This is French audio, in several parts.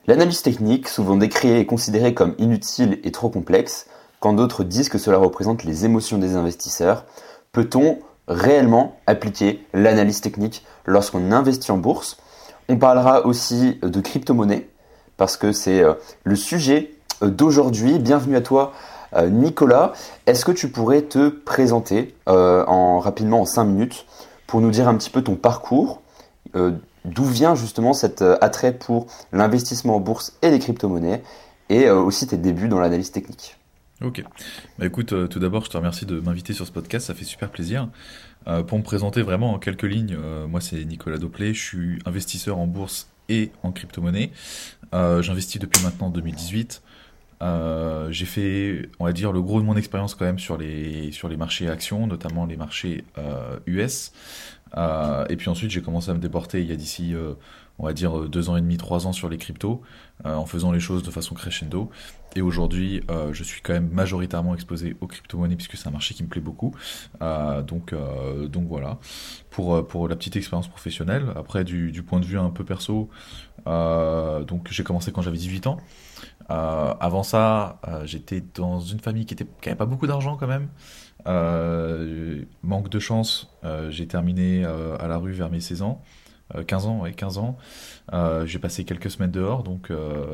L'analyse technique, souvent décriée et considérée comme inutile et trop complexe, quand d'autres disent que cela représente les émotions des investisseurs, peut-on réellement appliquer l'analyse technique lorsqu'on investit en bourse? On parlera aussi de crypto-monnaie, parce que c'est le sujet d'aujourd'hui. Bienvenue à toi Nicolas. Est-ce que tu pourrais te présenter rapidement en 5 minutes pour nous dire un petit peu ton parcours, d'où vient justement cet attrait pour l'investissement en bourse et les crypto-monnaies, et aussi tes débuts dans l'analyse technique? Ok. Bah écoute, tout d'abord, je te remercie de m'inviter sur ce podcast, ça fait super plaisir. Pour me présenter vraiment en quelques lignes, moi c'est Nicolas Doplé, je suis investisseur en bourse et en crypto-monnaie. J'investis depuis maintenant 2018. J'ai fait, on va dire, le gros de mon expérience quand même sur les marchés actions, notamment les marchés US. Et puis ensuite, j'ai commencé à me déporter il y a d'ici, on va dire, 2 ans et demi, 3 ans sur les cryptos, en faisant les choses de façon crescendo. Et aujourd'hui, je suis quand même majoritairement exposé aux crypto-monnaies puisque c'est un marché qui me plaît beaucoup. Donc voilà, pour la petite expérience professionnelle. Après, du point de vue un peu perso, donc j'ai commencé quand j'avais 18 ans. Avant ça, j'étais dans une famille qui avait pas beaucoup d'argent quand même. Manque de chance, j'ai terminé à la rue vers mes 16 ans. 15 ans, ouais, 15 ans. J'ai passé quelques semaines dehors, donc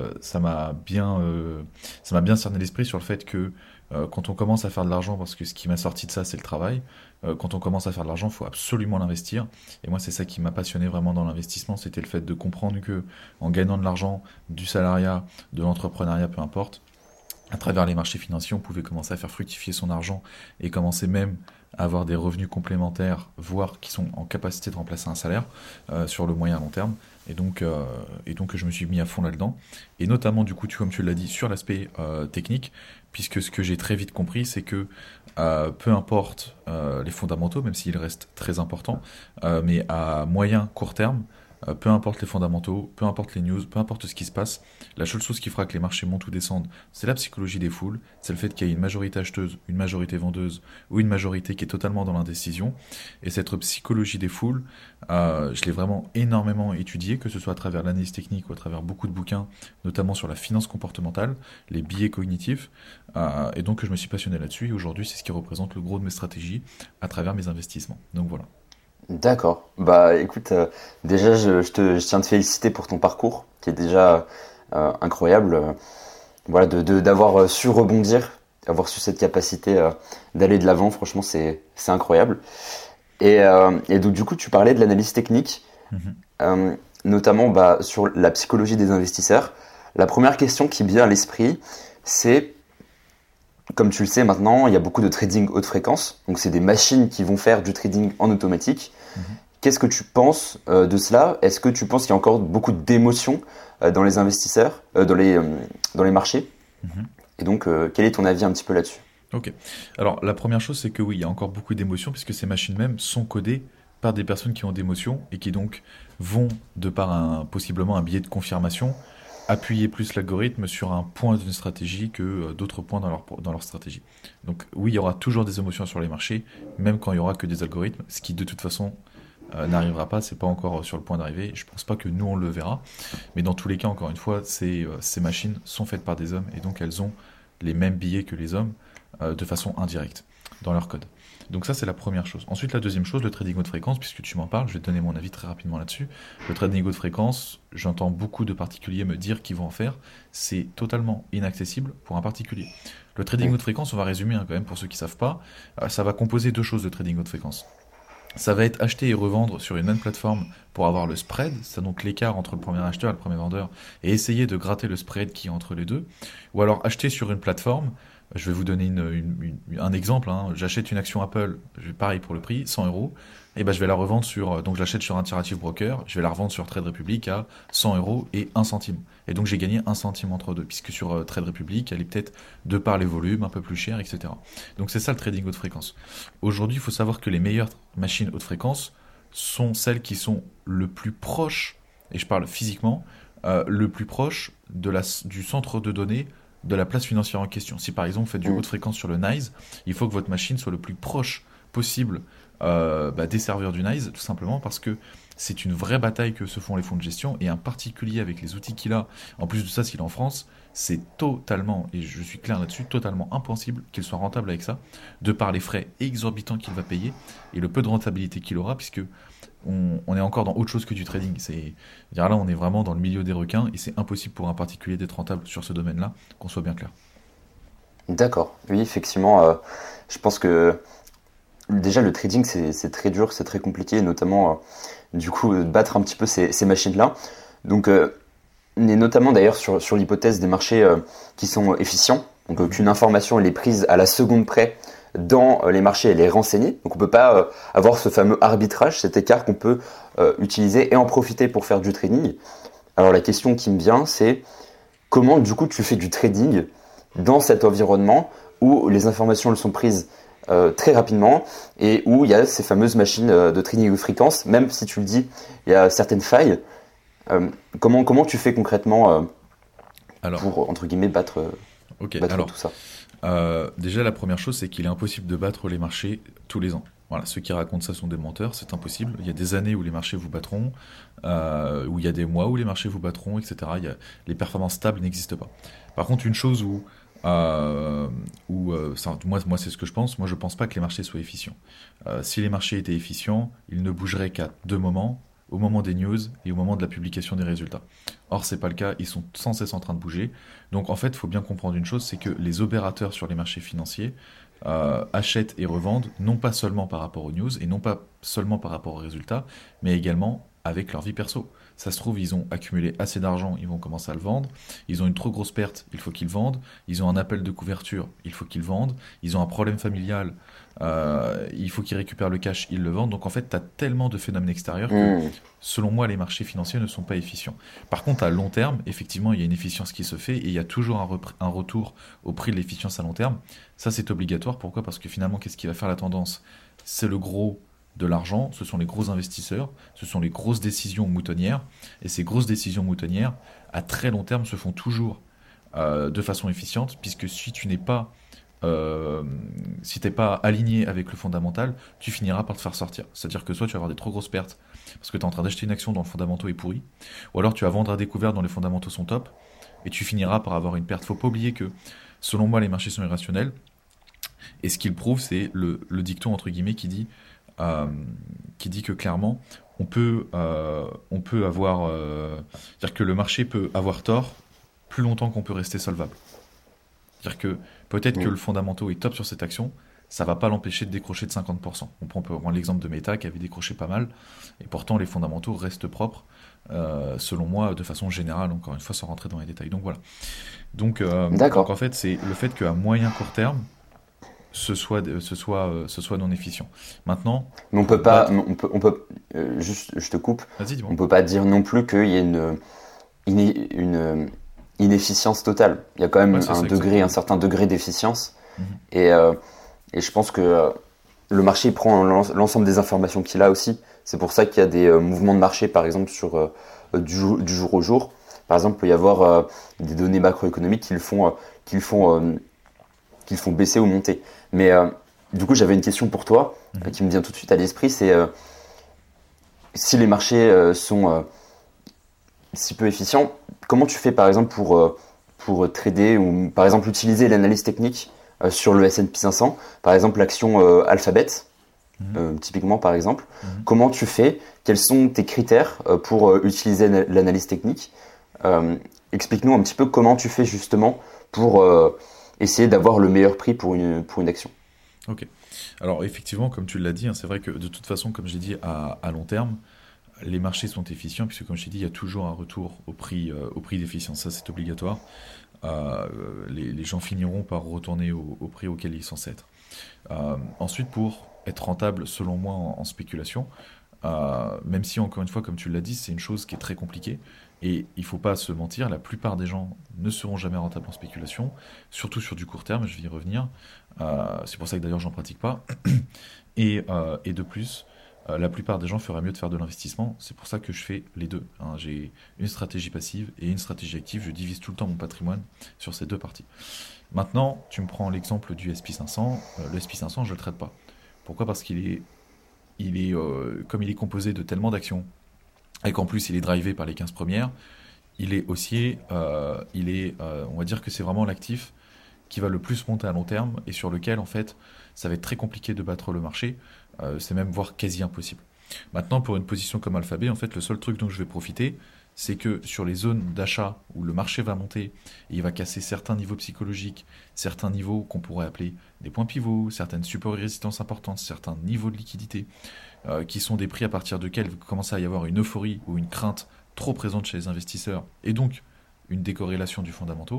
ça m'a bien cerné l'esprit sur le fait que quand on commence à faire de l'argent, parce que ce qui m'a sorti de ça, c'est le travail, quand on commence à faire de l'argent, il faut absolument l'investir. Et moi, c'est ça qui m'a passionné vraiment dans l'investissement, c'était le fait de comprendre que en gagnant de l'argent, du salariat, de l'entrepreneuriat, peu importe, à travers les marchés financiers, on pouvait commencer à faire fructifier son argent et commencer même à avoir des revenus complémentaires, voire qui sont en capacité de remplacer un salaire sur le moyen long terme. Et donc, je me suis mis à fond là-dedans. Et notamment, du coup, comme tu l'as dit, sur l'aspect technique, puisque ce que j'ai très vite compris, c'est que peu importe les fondamentaux, même s'ils restent très importants, mais à moyen, court terme, peu importe les fondamentaux, peu importe les news, peu importe ce qui se passe, la seule chose qui fera que les marchés montent ou descendent, c'est la psychologie des foules, c'est le fait qu'il y ait une majorité acheteuse, une majorité vendeuse ou une majorité qui est totalement dans l'indécision. Et cette psychologie des foules, je l'ai vraiment énormément étudiée, que ce soit à travers l'analyse technique ou à travers beaucoup de bouquins, notamment sur la finance comportementale, les biais cognitifs. Et donc je me suis passionné là-dessus et aujourd'hui c'est ce qui représente le gros de mes stratégies à travers mes investissements. Donc voilà. D'accord. Bah écoute, déjà je tiens à te féliciter pour ton parcours, qui est déjà incroyable. Voilà, d'avoir su rebondir, avoir su cette capacité d'aller de l'avant, franchement c'est incroyable. Et donc du coup tu parlais de l'analyse technique, Mhm. notamment sur la psychologie des investisseurs. La première question qui me vient à l'esprit, c'est, comme tu le sais maintenant, il y a beaucoup de trading haute fréquence, donc c'est des machines qui vont faire du trading en automatique. Mhm. Qu'est-ce que tu penses de cela? Est-ce que tu penses qu'il y a encore beaucoup d'émotions dans les investisseurs, dans les marchés? Mhm. Et donc, quel est ton avis un petit peu là-dessus? Ok. Alors, la première chose, c'est que oui, il y a encore beaucoup d'émotions, puisque ces machines même sont codées par des personnes qui ont d'émotions et qui donc vont, de par possiblement un biais de confirmation, appuyer plus l'algorithme sur un point d'une stratégie que d'autres points dans leur stratégie. Donc oui, il y aura toujours des émotions sur les marchés, même quand il y aura que des algorithmes, ce qui de toute façon n'arrivera pas, c'est pas encore sur le point d'arriver. Je pense pas que nous on le verra, mais dans tous les cas, encore une fois, ces machines sont faites par des hommes et donc elles ont les mêmes biais que les hommes de façon indirecte dans leur code. Donc ça c'est la première chose. Ensuite la deuxième chose, le trading haute fréquence, puisque tu m'en parles, je vais te donner mon avis très rapidement là-dessus. Le trading haute fréquence, j'entends beaucoup de particuliers me dire qu'ils vont en faire, c'est totalement inaccessible pour un particulier. Le trading haute fréquence, on va résumer quand même pour ceux qui savent pas, ça va composer deux choses de trading haute fréquence. Ça va être acheter et revendre sur une même plateforme pour avoir le spread, c'est donc l'écart entre le premier acheteur et le premier vendeur, et essayer de gratter le spread qui est entre les deux. Ou alors acheter sur une plateforme, je vais vous donner un exemple, hein. J'achète une action Apple, pareil pour le prix, 100 euros, et ben je vais la revendre donc je l'achète sur Interactive Broker, je vais la revendre sur Trade Republic à 100 euros et 1 centime. Et donc j'ai gagné 1 centime entre deux, puisque sur Trade Republic, elle est peut-être, de par les volumes, un peu plus chère, etc. Donc c'est ça le trading haute fréquence. Aujourd'hui, il faut savoir que les meilleures machines haute fréquence sont celles qui sont le plus proches, et je parle physiquement, le plus proche du centre de données de la place financière en question. Si par exemple vous faites du haute fréquence sur le NYSE, il faut que votre machine soit le plus proche possible des serveurs du NYSE, tout simplement parce que c'est une vraie bataille que se font les fonds de gestion, et en particulier avec les outils qu'il a. En plus de ça, s'il est en France, c'est totalement, et je suis clair là-dessus, totalement impossible qu'il soit rentable avec ça, de par les frais exorbitants qu'il va payer et le peu de rentabilité qu'il aura, puisque on est encore dans autre chose que du trading. Là, on est vraiment dans le milieu des requins, et c'est impossible pour un particulier d'être rentable sur ce domaine-là, qu'on soit bien clair. D'accord. Oui, effectivement, je pense que déjà le trading c'est très dur, c'est très compliqué, notamment du coup de battre un petit peu ces machines-là. Donc on est notamment d'ailleurs sur l'hypothèse des marchés qui sont efficients, donc qu'une information elle est prise à la seconde près dans les marchés, elle est renseignée. Donc on peut pas avoir ce fameux arbitrage, cet écart qu'on peut utiliser et en profiter pour faire du trading. Alors la question qui me vient, c'est comment du coup tu fais du trading dans cet environnement où les informations elles sont prises très rapidement et où il y a ces fameuses machines de trading de fréquence, même si tu le dis, il y a certaines failles. Comment tu fais concrètement Alors, pour, entre guillemets, battre ok, battre alors, tout ça? déjà, la première chose, c'est qu'il est impossible de battre les marchés tous les ans. Voilà, ceux qui racontent ça sont des menteurs, c'est impossible. Il y a des années où les marchés vous battront, où il y a des mois où les marchés vous battront, etc. Les performances stables n'existent pas. Par contre, une chose moi c'est ce que je pense. Moi, je pense pas que les marchés soient efficients. Si les marchés étaient efficients, ils ne bougeraient qu'à deux moments, au moment des news et au moment de la publication des résultats. Or, c'est pas le cas. Ils sont sans cesse en train de bouger. Donc, en fait, il faut bien comprendre une chose, c'est que les opérateurs sur les marchés financiers achètent et revendent non pas seulement par rapport aux news et non pas seulement par rapport aux résultats, mais également avec leur vie perso. Ça se trouve, ils ont accumulé assez d'argent, ils vont commencer à le vendre. Ils ont une trop grosse perte, il faut qu'ils vendent. Ils ont un appel de couverture, il faut qu'ils vendent. Ils ont un problème familial, il faut qu'ils récupèrent le cash, ils le vendent. Donc en fait, tu as tellement de phénomènes extérieurs que, Hmm. selon moi, les marchés financiers ne sont pas efficients. Par contre, à long terme, effectivement, il y a une efficience qui se fait et il y a toujours un retour au prix de l'efficience à long terme. Ça, c'est obligatoire. Pourquoi? Parce que finalement, qu'est-ce qui va faire la tendance? C'est le gros de l'argent, ce sont les gros investisseurs, ce sont les grosses décisions moutonnières, et ces grosses décisions moutonnières, à très long terme, se font toujours de façon efficiente, puisque euh, si t'es pas aligné avec le fondamental, tu finiras par te faire sortir. C'est-à-dire que soit tu vas avoir des trop grosses pertes, parce que tu es en train d'acheter une action dont le fondamentaux est pourri, ou alors tu vas vendre à découvert dont les fondamentaux sont top, et tu finiras par avoir une perte. Faut pas oublier que, selon moi, les marchés sont irrationnels, et ce qu'il prouve, c'est le dicton, entre guillemets, euh, qui dit que clairement, on peut avoir... c'est-à-dire que le marché peut avoir tort plus longtemps qu'on peut rester solvable. C'est-à-dire que peut-être que Hmm. le fondamental est top sur cette action, ça va pas l'empêcher de décrocher de 50%. On peut prendre l'exemple de Meta qui avait décroché pas mal, et pourtant les fondamentaux restent propres, selon moi, de façon générale, encore une fois, sans rentrer dans les détails. Donc voilà. Donc en D'accord. fait, c'est le fait qu'à moyen court terme, ce soit non efficient. Maintenant, Mais on pour peut pas, battre... on peut juste, je te coupe. Vas-y, dis-moi. On peut pas dire non plus qu'il y ait une inefficience totale. Il y a quand Ouais, même c'est ça, un exactement. certain degré d'efficience. Mhm. Et, euh, et je pense que le marché prend l'ensemble des informations qu'il a aussi. C'est pour ça qu'il y a des mouvements de marché, par exemple, du jour au jour. Par exemple, il peut y avoir des données macroéconomiques qui le font, qui le font baisser ou monter. Mais du coup, j'avais une question pour toi Mhm. qui me vient tout de suite à l'esprit. C'est si les marchés sont si peu efficients, comment tu fais, par exemple, pour trader ou, par exemple, utiliser l'analyse technique sur le S&P 500, par exemple l'action Alphabet, Mhm. typiquement par exemple. Mhm. Comment tu fais? Quels sont tes critères pour utiliser l'analyse technique? Euh, Explique-nous un petit peu comment tu fais justement pour essayer d'avoir le meilleur prix pour une action. Ok. Alors effectivement, comme tu l'as dit, hein, c'est vrai que de toute façon, comme j'ai dit, à long terme, les marchés sont efficients, puisque comme je t'ai dit, il y a toujours un retour au prix d'efficience. Ça, c'est obligatoire. Les gens finiront par retourner au prix auquel ils sont censés être. Ensuite, pour être rentable, selon moi, en spéculation, même si, encore une fois, comme tu l'as dit, c'est une chose qui est très compliquée, et il ne faut pas se mentir, la plupart des gens ne seront jamais rentables en spéculation, surtout sur du court terme, je vais y revenir. C'est pour ça que d'ailleurs, j'en pratique pas. Et de plus, la plupart des gens feraient mieux de faire de l'investissement. C'est pour ça que je fais les deux, hein. J'ai une stratégie passive et une stratégie active. Je divise tout le temps mon patrimoine sur ces deux parties. Maintenant, tu me prends l'exemple du SP500. Le SP500, je ne le traite pas. Pourquoi? Parce comme il est composé de tellement d'actions et qu'en plus il est drivé par les 15 premières, il est haussier, on va dire que c'est vraiment l'actif qui va le plus monter à long terme et sur lequel en fait ça va être très compliqué de battre le marché, c'est même voire quasi impossible. Maintenant pour une position comme Alphabet, en fait le seul truc dont je vais profiter, c'est que sur les zones d'achat où le marché va monter, et il va casser certains niveaux psychologiques, certains niveaux qu'on pourrait appeler des points pivots, certaines supports et résistances importantes, certains niveaux de liquidité, qui sont des prix à partir desquels il commence à y avoir une euphorie ou une crainte trop présente chez les investisseurs, et donc une décorrélation du fondamentaux,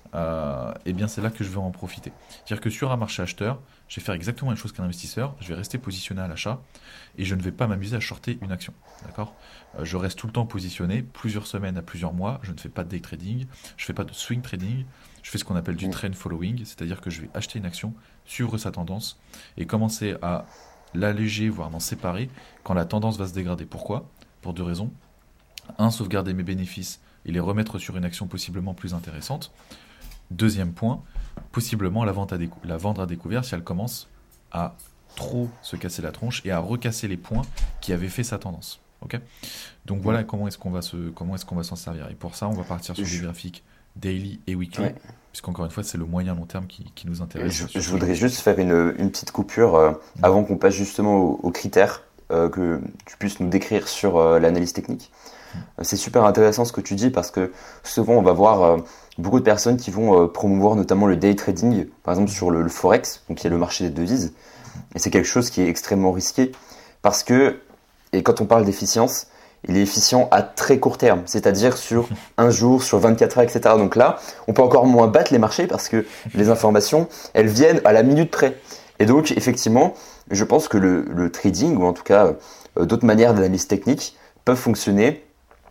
et bien c'est là que je vais en profiter. C'est-à-dire que sur un marché acheteur, je vais faire exactement la même chose qu'un investisseur, je vais rester positionné à l'achat, et je ne vais pas m'amuser à shorter une action. D'accord. Je reste tout le temps positionné, plusieurs semaines à plusieurs mois, je ne fais pas de day trading, je ne fais pas de swing trading, je fais ce qu'on appelle du trend following, c'est-à-dire que je vais acheter une action, suivre sa tendance, et commencer à l'alléger, voire m'en séparer, quand la tendance va se dégrader. Pourquoi ? Pour deux raisons. Un, sauvegarder mes bénéfices et les remettre sur une action possiblement plus intéressante. Deuxième point, possiblement la vendre à découvert si elle commence à trop se casser la tronche et à recasser les points qui avaient fait sa tendance. Okay. Donc voilà comment est-ce qu'on va s'en servir. Et pour ça, on va partir sur des graphiques daily et weekly, puisqu'encore une fois, c'est le moyen long terme qui nous intéresse. Je voudrais juste faire une petite coupure avant qu'on passe justement aux critères que tu puisses nous décrire sur l'analyse technique. C'est super intéressant ce que tu dis parce que souvent on va voir beaucoup de personnes qui vont promouvoir notamment le day trading, par exemple sur le forex, donc qui est le marché des devises. Et c'est quelque chose qui est extrêmement risqué parce que, et quand on parle d'efficience, il est efficient à très court terme, c'est-à-dire sur un jour, sur 24 heures, etc. Donc là, on peut encore moins battre les marchés parce que les informations, elles viennent à la minute près. Et donc, effectivement, je pense que le trading, ou en tout cas d'autres manières d'analyse technique, peuvent fonctionner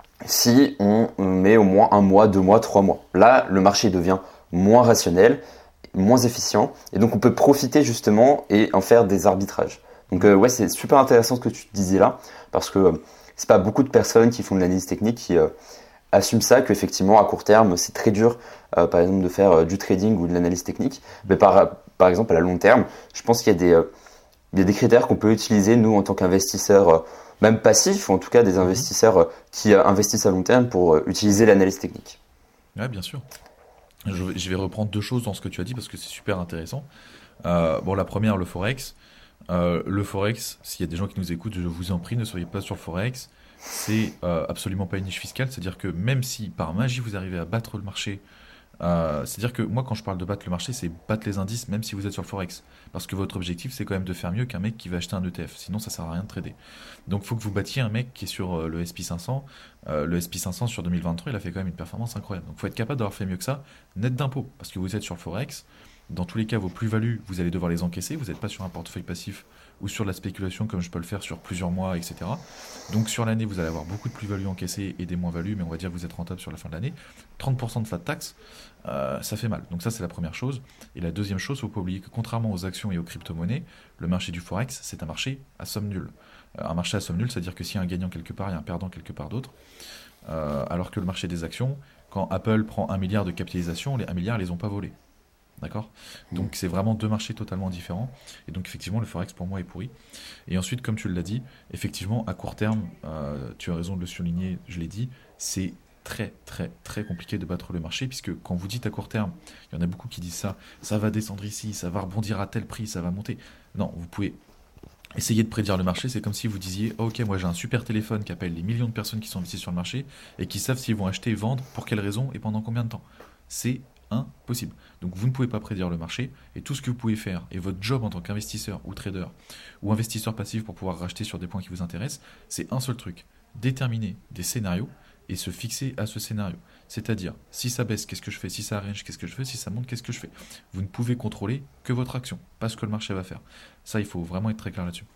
si on met au moins 1 mois, 2 mois, 3 mois. Là, le marché devient moins rationnel, moins efficient, et donc on peut profiter justement et en faire des arbitrages. Donc ouais, c'est super intéressant ce que tu disais là, parce que c'est pas beaucoup de personnes qui font de l'analyse technique qui assument ça, qu'effectivement à court terme c'est très dur, par exemple de faire du trading ou de l'analyse technique, mais par exemple à la long terme, je pense qu'il y a des critères qu'on peut utiliser nous en tant qu'investisseurs, même passifs, ou en tout cas des investisseurs qui investissent à long terme pour utiliser l'analyse technique. Ouais, bien sûr. Je vais reprendre deux choses dans ce que tu as dit parce que c'est super intéressant. Bon, la première, le Forex. Le Forex, s'il y a des gens qui nous écoutent, je vous en prie, ne soyez pas sur le Forex. C'est absolument pas une niche fiscale. C'est-à-dire que même si par magie vous arrivez à battre le marché, c'est-à-dire que moi quand je parle de battre le marché, c'est battre les indices même si vous êtes sur le Forex. Parce que votre objectif c'est quand même de faire mieux qu'un mec qui va acheter un ETF. Sinon ça sert à rien de trader. Donc il faut que vous battiez un mec qui est sur le SP500. Le SP500 sur 2023 il a fait quand même une performance incroyable. Donc il faut être capable d'avoir fait mieux que ça, net d'impôts. Parce que vous êtes sur le Forex. Dans tous les cas, vos plus-values, vous allez devoir les encaisser. Vous n'êtes pas sur un portefeuille passif ou sur de la spéculation comme je peux le faire sur plusieurs mois, etc. Donc sur l'année, vous allez avoir beaucoup de plus-values encaissées et des moins-values, mais on va dire que vous êtes rentable sur la fin de l'année. 30% de flat tax, ça fait mal. Donc ça, c'est la première chose. Et la deuxième chose, il ne faut pas oublier que contrairement aux actions et aux crypto-monnaies, le marché du Forex, c'est un marché à somme nulle. Un marché à somme nulle, c'est-à-dire que s'il y a un gagnant quelque part, il y a un perdant quelque part d'autre. Alors que le marché des actions, quand Apple prend 1 milliard de capitalisation, les 1 milliard, ils les ont pas volés. D'accord. Donc c'est vraiment deux marchés totalement différents. Et donc effectivement, le Forex pour moi est pourri. Et ensuite, comme tu l'as dit, effectivement, à court terme, tu as raison de le souligner, je l'ai dit, c'est très très très compliqué de battre le marché, puisque quand vous dites à court terme, il y en a beaucoup qui disent ça va descendre ici, ça va rebondir à tel prix, ça va monter. Non, vous pouvez essayer de prédire le marché, c'est comme si vous disiez oh, ok, moi j'ai un super téléphone qui appelle les millions de personnes qui sont investies sur le marché et qui savent s'ils vont acheter et vendre, pour quelles raisons et pendant combien de temps. C'est impossible. Donc vous ne pouvez pas prédire le marché, et tout ce que vous pouvez faire, et votre job en tant qu'investisseur ou trader ou investisseur passif pour pouvoir racheter sur des points qui vous intéressent, c'est un seul truc: déterminer des scénarios et se fixer à ce scénario. C'est-à-dire, si ça baisse, qu'est-ce que je fais? Si ça range, qu'est-ce que je fais? Si ça monte, qu'est-ce que je fais? Vous ne pouvez contrôler que votre action, pas ce que le marché va faire. Ça, il faut vraiment être très clair là-dessus.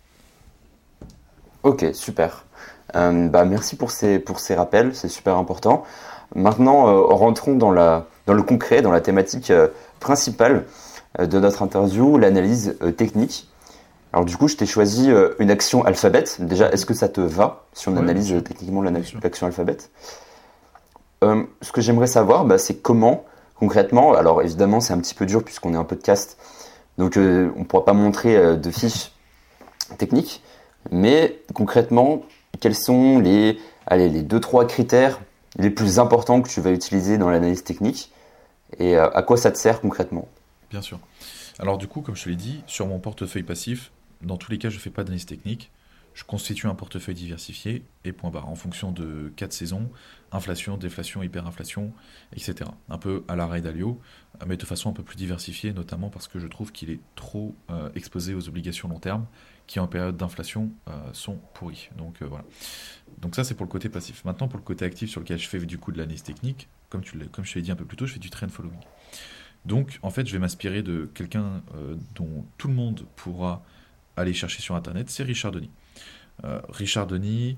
Ok, super. Merci pour ces rappels, c'est super important. Maintenant, rentrons dans le concret, dans la thématique principale de notre interview, l'analyse technique. Alors du coup, je t'ai choisi une action Alphabet. Déjà, est-ce que ça te va si on analyse techniquement l'action Alphabet? Ce que j'aimerais savoir, c'est comment, concrètement, alors évidemment c'est un petit peu dur puisqu'on est un podcast, donc on ne pourra pas montrer de fiches techniques, mais concrètement, quels sont les allez, les 2-3 critères les plus importants que tu vas utiliser dans l'analyse technique et à quoi ça te sert concrètement? Bien sûr. Alors du coup, comme je te l'ai dit, sur mon portefeuille passif, dans tous les cas, je ne fais pas d'analyse technique. Je constitue un portefeuille diversifié et point barre, en fonction de 4 saisons, inflation, déflation, hyperinflation, etc. Un peu à la Ray Dalio, mais de façon un peu plus diversifiée, notamment parce que je trouve qu'il est trop exposé aux obligations long terme, qui en période d'inflation sont pourries. Donc voilà. Donc ça c'est pour le côté passif. Maintenant pour le côté actif sur lequel je fais du coup de l'analyse technique, comme je te l'ai dit un peu plus tôt, je fais du trend following. Donc, en fait, je vais m'inspirer de quelqu'un dont tout le monde pourra aller chercher sur Internet, c'est Richard Denis. Richard Denis,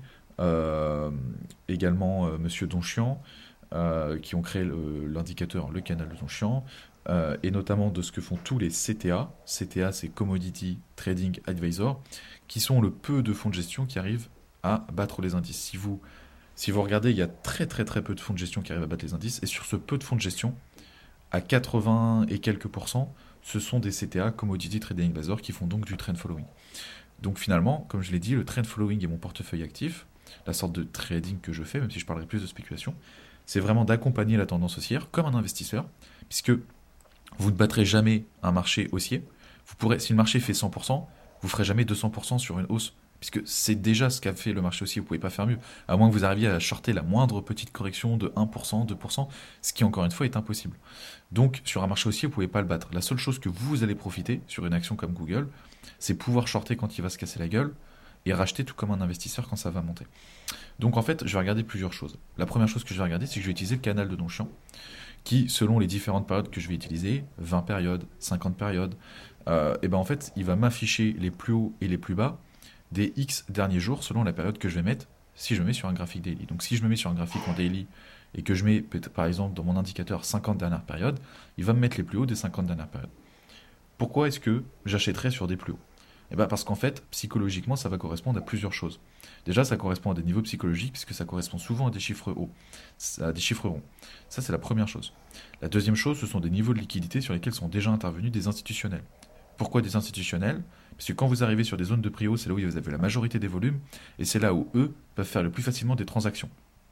également Monsieur Donchian, qui ont créé l'indicateur, le canal de Donchian, et notamment de ce que font tous les CTA. CTA, c'est Commodity Trading Advisor, qui sont le peu de fonds de gestion qui arrivent à battre les indices. Si vous regardez, il y a très très très peu de fonds de gestion qui arrivent à battre les indices, et sur ce peu de fonds de gestion, à 80 et quelques pourcents, ce sont des CTA, Commodity Trading Advisor, qui font donc du trend following. Donc finalement, comme je l'ai dit, le trend following est mon portefeuille actif, la sorte de trading que je fais, même si je parlerai plus de spéculation, c'est vraiment d'accompagner la tendance haussière comme un investisseur, puisque vous ne battrez jamais un marché haussier. Si le marché fait 100%, vous ne ferez jamais 200% sur une hausse, puisque c'est déjà ce qu'a fait le marché haussier, vous ne pouvez pas faire mieux, à moins que vous arriviez à shorter la moindre petite correction de 1%, 2%, ce qui encore une fois est impossible. Donc sur un marché haussier, vous ne pouvez pas le battre. La seule chose que vous allez profiter sur une action comme Google, c'est pouvoir shorter quand il va se casser la gueule et racheter tout comme un investisseur quand ça va monter. Donc en fait, je vais regarder plusieurs choses. La première chose que je vais regarder, c'est que je vais utiliser le canal de Donchian, qui, selon les différentes périodes que je vais utiliser, 20 périodes, 50 périodes, et ben en fait, il va m'afficher les plus hauts et les plus bas des X derniers jours selon la période que je vais mettre si je me mets sur un graphique daily. Donc si je me mets sur un graphique en daily et que je mets par exemple dans mon indicateur 50 dernières périodes, il va me mettre les plus hauts des 50 dernières périodes. Pourquoi est-ce que j'achèterais sur des plus hauts? Eh ben parce qu'en fait, psychologiquement, ça va correspondre à plusieurs choses. Déjà, ça correspond à des niveaux psychologiques, puisque ça correspond souvent à des chiffres hauts, à des chiffres ronds. Ça, c'est la première chose. La deuxième chose, ce sont des niveaux de liquidité sur lesquels sont déjà intervenus des institutionnels. Pourquoi des institutionnels? Parce que quand vous arrivez sur des zones de prix haut, c'est là où vous avez la majorité des volumes, et c'est là où eux peuvent faire le plus facilement des transactions.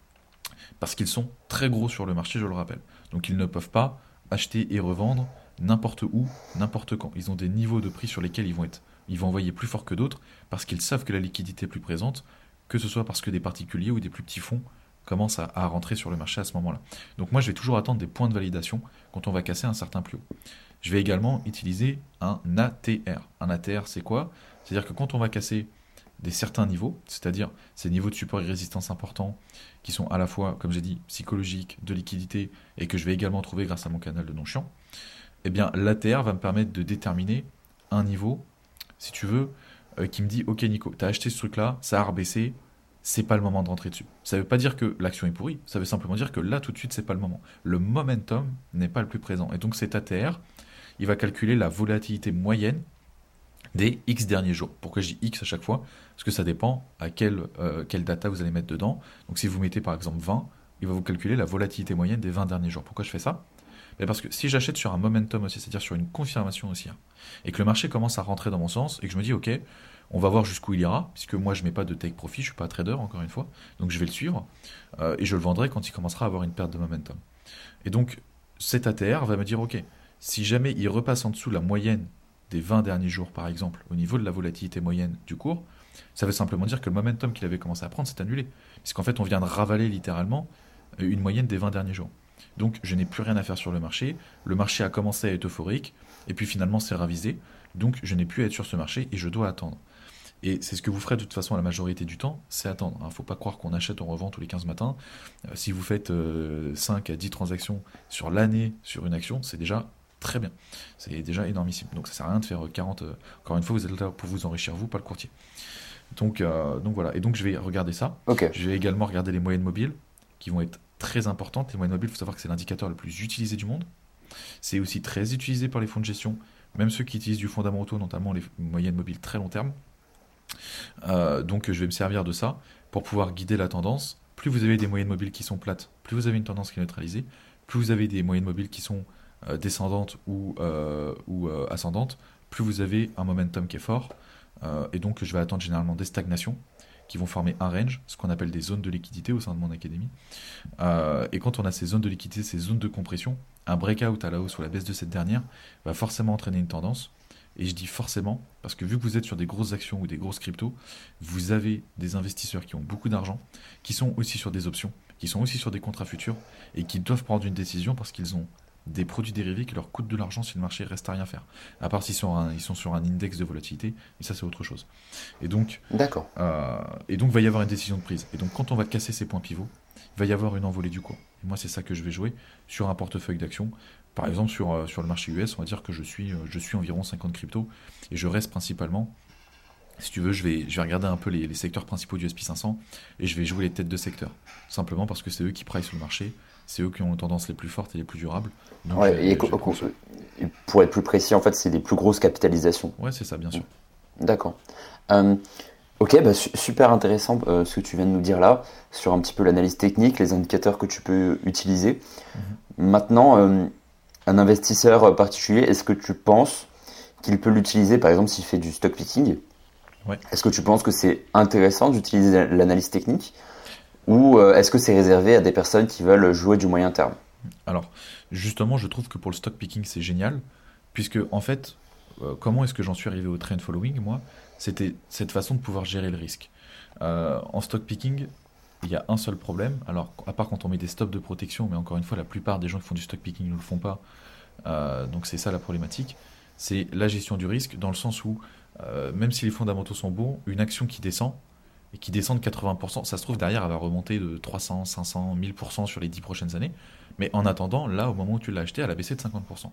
Parce qu'ils sont très gros sur le marché, je le rappelle. Donc ils ne peuvent pas acheter et revendre n'importe où, n'importe quand. Ils ont des niveaux de prix sur lesquels ils vont envoyer plus fort que d'autres, parce qu'ils savent que la liquidité est plus présente, que ce soit parce que des particuliers ou des plus petits fonds commencent à rentrer sur le marché à ce moment-là. Donc moi, je vais toujours attendre des points de validation quand on va casser un certain plus haut. Je vais également utiliser un ATR. Un ATR, c'est quoi? C'est-à-dire que quand on va casser certains niveaux, c'est-à-dire ces niveaux de support et résistance importants, qui sont à la fois, comme j'ai dit, psychologiques, de liquidité, et que je vais également trouver grâce à mon canal de Donchian, eh bien l'ATR va me permettre de déterminer un niveau, si tu veux, qui me dit, ok Nico, tu as acheté ce truc-là, ça a rebaissé, c'est pas le moment de rentrer dessus. Ça veut pas dire que l'action est pourrie, ça veut simplement dire que là tout de suite c'est pas le moment. Le momentum n'est pas le plus présent. Et donc cet ATR, il va calculer la volatilité moyenne des X derniers jours. Pourquoi je dis X à chaque fois? Parce que ça dépend à quelle data vous allez mettre dedans. Donc si vous mettez par exemple 20, il va vous calculer la volatilité moyenne des 20 derniers jours. Pourquoi je fais ça? Parce que si j'achète sur un momentum aussi, c'est-à-dire sur une confirmation haussière, et que le marché commence à rentrer dans mon sens, et que je me dis ok, on va voir jusqu'où il ira, puisque moi je ne mets pas de take profit, je ne suis pas trader encore une fois, donc je vais le suivre, et je le vendrai quand il commencera à avoir une perte de momentum. Et donc cet ATR va me dire ok, si jamais il repasse en dessous la moyenne des 20 derniers jours par exemple, au niveau de la volatilité moyenne du cours, ça veut simplement dire que le momentum qu'il avait commencé à prendre s'est annulé, puisqu'en fait on vient de ravaler littéralement une moyenne des 20 derniers jours. Donc je n'ai plus rien à faire sur le marché a commencé à être euphorique, et puis finalement c'est ravisé, donc je n'ai plus à être sur ce marché et je dois attendre. Et c'est ce que vous ferez de toute façon la majorité du temps, c'est attendre. Il ne faut pas croire qu'on achète, on revend tous les 15 matins. Si vous faites 5 à 10 transactions sur l'année sur une action, c'est déjà très bien. C'est déjà énormissime. Donc ça ne sert à rien de faire 40. Encore une fois, vous êtes là pour vous enrichir, vous, pas le courtier. Donc voilà. Et donc je vais regarder ça. Ok. Je vais également regarder les moyennes mobiles qui vont être très importantes. Les moyennes mobiles, il faut savoir que c'est l'indicateur le plus utilisé du monde. C'est aussi très utilisé par les fonds de gestion, même ceux qui utilisent du fondamentaux, notamment les moyennes mobiles très long terme. Donc je vais me servir de ça pour pouvoir guider la tendance. Plus vous avez des moyennes mobiles qui sont plates, plus vous avez une tendance qui est neutralisée. Plus vous avez des moyennes mobiles qui sont descendantes ou ascendantes, plus vous avez un momentum qui est fort. Et donc je vais attendre généralement des stagnations qui vont former un range, ce qu'on appelle des zones de liquidité au sein de mon académie. Et quand on a ces zones de liquidité, ces zones de compression, un breakout à la hausse ou à la baisse de cette dernière va forcément entraîner une tendance. Et je dis forcément, parce que vu que vous êtes sur des grosses actions ou des grosses cryptos, vous avez des investisseurs qui ont beaucoup d'argent, qui sont aussi sur des options, qui sont aussi sur des contrats futurs, et qui doivent prendre une décision parce qu'ils ont des produits dérivés qui leur coûtent de l'argent si le marché reste à rien faire. À part s'ils sont, ils sont sur un index de volatilité, et ça c'est autre chose. Et donc, D'accord. il va y avoir une décision de prise. Et donc quand on va casser ces points pivots, il va y avoir une envolée du cours. Et moi c'est ça que je vais jouer sur un portefeuille d'actions. Par exemple sur le marché US, on va dire que je suis environ 50 cryptos, et je reste principalement, si tu veux, je vais regarder un peu les secteurs principaux du SP 500, et je vais jouer les têtes de secteur. Simplement parce que c'est eux qui price sur le marché, c'est eux qui ont les tendances les plus fortes et les plus durables. Donc Ouais, et pour être plus précis, en fait, c'est les plus grosses capitalisations. ouais, c'est ça, bien sûr. D'accord. Ok, super intéressant ce que tu viens de nous dire là, sur un petit peu l'analyse technique, les indicateurs que tu peux utiliser. Maintenant, un investisseur particulier, est-ce que tu penses qu'il peut l'utiliser, par exemple, s'il fait du stock picking? Ouais. Est-ce que tu penses que c'est intéressant d'utiliser l'analyse technique? Ou est-ce que c'est réservé à des personnes qui veulent jouer du moyen terme? Alors, justement, je trouve que pour le stock picking, c'est génial, puisque en fait, comment est-ce que j'en suis arrivé au trend following, moi? C'était cette façon de pouvoir gérer le risque. En stock picking, il y a un seul problème, alors à part quand on met des stops de protection, mais encore une fois, la plupart des gens qui font du stock picking ne le font pas, donc c'est ça la problématique, c'est la gestion du risque, dans le sens où, même si les fondamentaux sont bons, une action qui descend, et qui descend de 80%, ça se trouve derrière, elle va remonter de 300, 500, 1000% sur les 10 prochaines années, mais en attendant, là, au moment où tu l'as acheté, elle a baissé de 50%.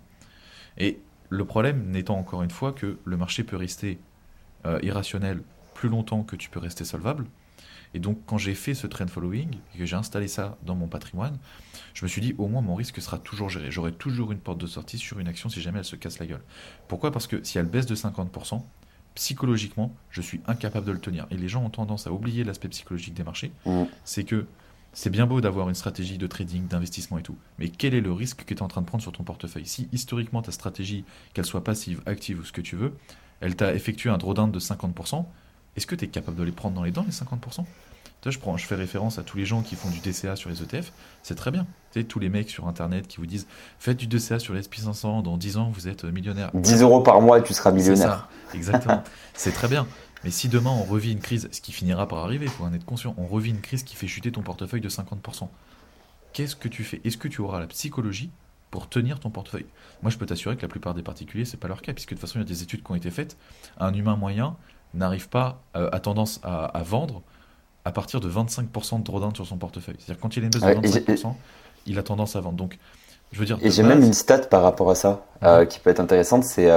Et le problème n'étant encore une fois que le marché peut rester irrationnel plus longtemps que tu peux rester solvable. Et donc, quand j'ai fait ce trend following et que j'ai installé ça dans mon patrimoine, je me suis dit, au moins, mon risque sera toujours géré. J'aurai toujours une porte de sortie sur une action si jamais elle se casse la gueule. Pourquoi? Parce que si elle baisse de 50%, psychologiquement, je suis incapable de le tenir. Et les gens ont tendance à oublier l'aspect psychologique des marchés. C'est que c'est bien beau d'avoir une stratégie de trading, d'investissement et tout, mais quel est le risque que tu es en train de prendre sur ton portefeuille? Si historiquement ta stratégie, qu'elle soit passive, active ou ce que tu veux, elle t'a effectué un drawdown de 50%, est-ce que tu es capable de les prendre dans les dents, les 50%? Tu vois, je fais référence à tous les gens qui font du DCA sur les ETF, c'est très bien. Tu sais, tous les mecs sur internet qui vous disent faites du DCA sur les SP500, dans 10 ans vous êtes millionnaire. 10 euros par mois et tu seras C'est millionnaire. ça, exactement. C'est très bien. Mais si demain on revit une crise, ce qui finira par arriver, il faut en être conscient, on revit une crise qui fait chuter ton portefeuille de 50%, qu'est-ce que tu fais? Est-ce que tu auras la psychologie pour tenir ton portefeuille? Moi je peux t'assurer que la plupart des particuliers, c'est pas leur cas, puisque de toute façon il y a des études qui ont été faites. Un humain moyen n'arrive pas à tendance à vendre à partir de 25% de drawdown sur son portefeuille. C'est-à-dire quand il a une baisse de Ouais, 25%, il a tendance à vendre. Donc, je veux dire, et j'ai même une stat par rapport à ça qui peut être intéressante, c'est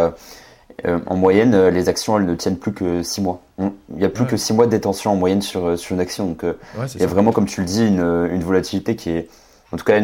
en moyenne, les actions, elles ne tiennent plus que 6 mois. Il n'y a plus que 6 mois de détention en moyenne sur une action. Donc, il y a vraiment, comme tu le dis, une volatilité qui est, en tout cas,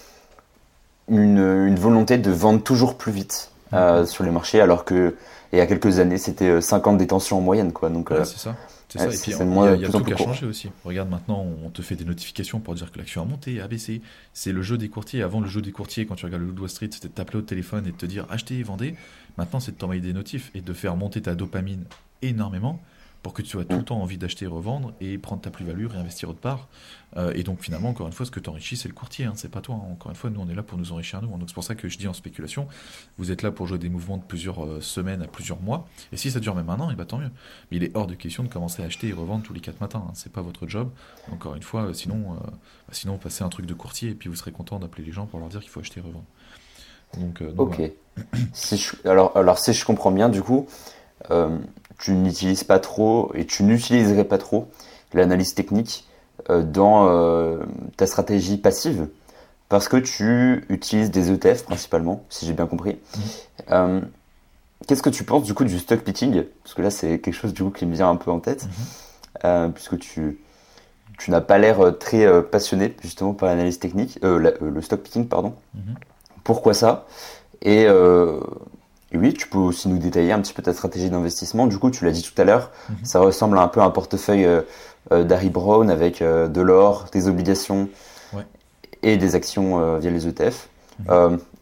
une volonté de vendre toujours plus vite sur les marchés, alors que il y a quelques années, c'était 50 détentions en moyenne, quoi. Donc, c'est ça. C'est ça. Et puis, il y a tout qui a changé aussi. Regarde, maintenant, on te fait des notifications pour dire que l'action a monté, a baissé. C'est le jeu des courtiers. Avant, le jeu des courtiers, quand tu regardes le Wall Street, c'était de t'appeler au téléphone et de te dire achetez, vendez. Maintenant, c'est de t'envoyer des notifs et de faire monter ta dopamine énormément pour que tu aies tout le temps envie d'acheter, revendre et prendre ta plus-value, réinvestir autre part. Et donc, finalement, encore une fois, ce que t'enrichis, c'est le courtier, hein, c'est pas toi. Hein. Encore une fois, nous, on est là pour nous enrichir, nous. Donc, c'est pour ça que je dis en spéculation, vous êtes là pour jouer des mouvements de plusieurs semaines à plusieurs mois. Et si ça dure même un an, et bah tant mieux. Mais il est hors de question de commencer à acheter et revendre tous les 4 matins. Hein. C'est pas votre job. Encore une fois, sinon, passez un truc de courtier et puis vous serez content d'appeler les gens pour leur dire qu'il faut acheter et revendre. Donc, ok. Voilà. Alors, si je comprends bien, du coup, tu n'utilises pas trop et tu n'utiliserais pas trop l'analyse technique dans ta stratégie passive parce que tu utilises des ETF principalement, si j'ai bien compris. Qu'est-ce que tu penses du coup du stock picking? Parce que là, c'est quelque chose du coup qui me vient un peu en tête, puisque tu n'as pas l'air très passionné justement par l'analyse technique, le stock picking, pardon. Pourquoi ça? Et oui, tu peux aussi nous détailler un petit peu ta stratégie d'investissement. Du coup, tu l'as dit tout à l'heure, ça ressemble un peu à un portefeuille d'Harry Brown avec de l'or, des obligations et des actions via les ETF.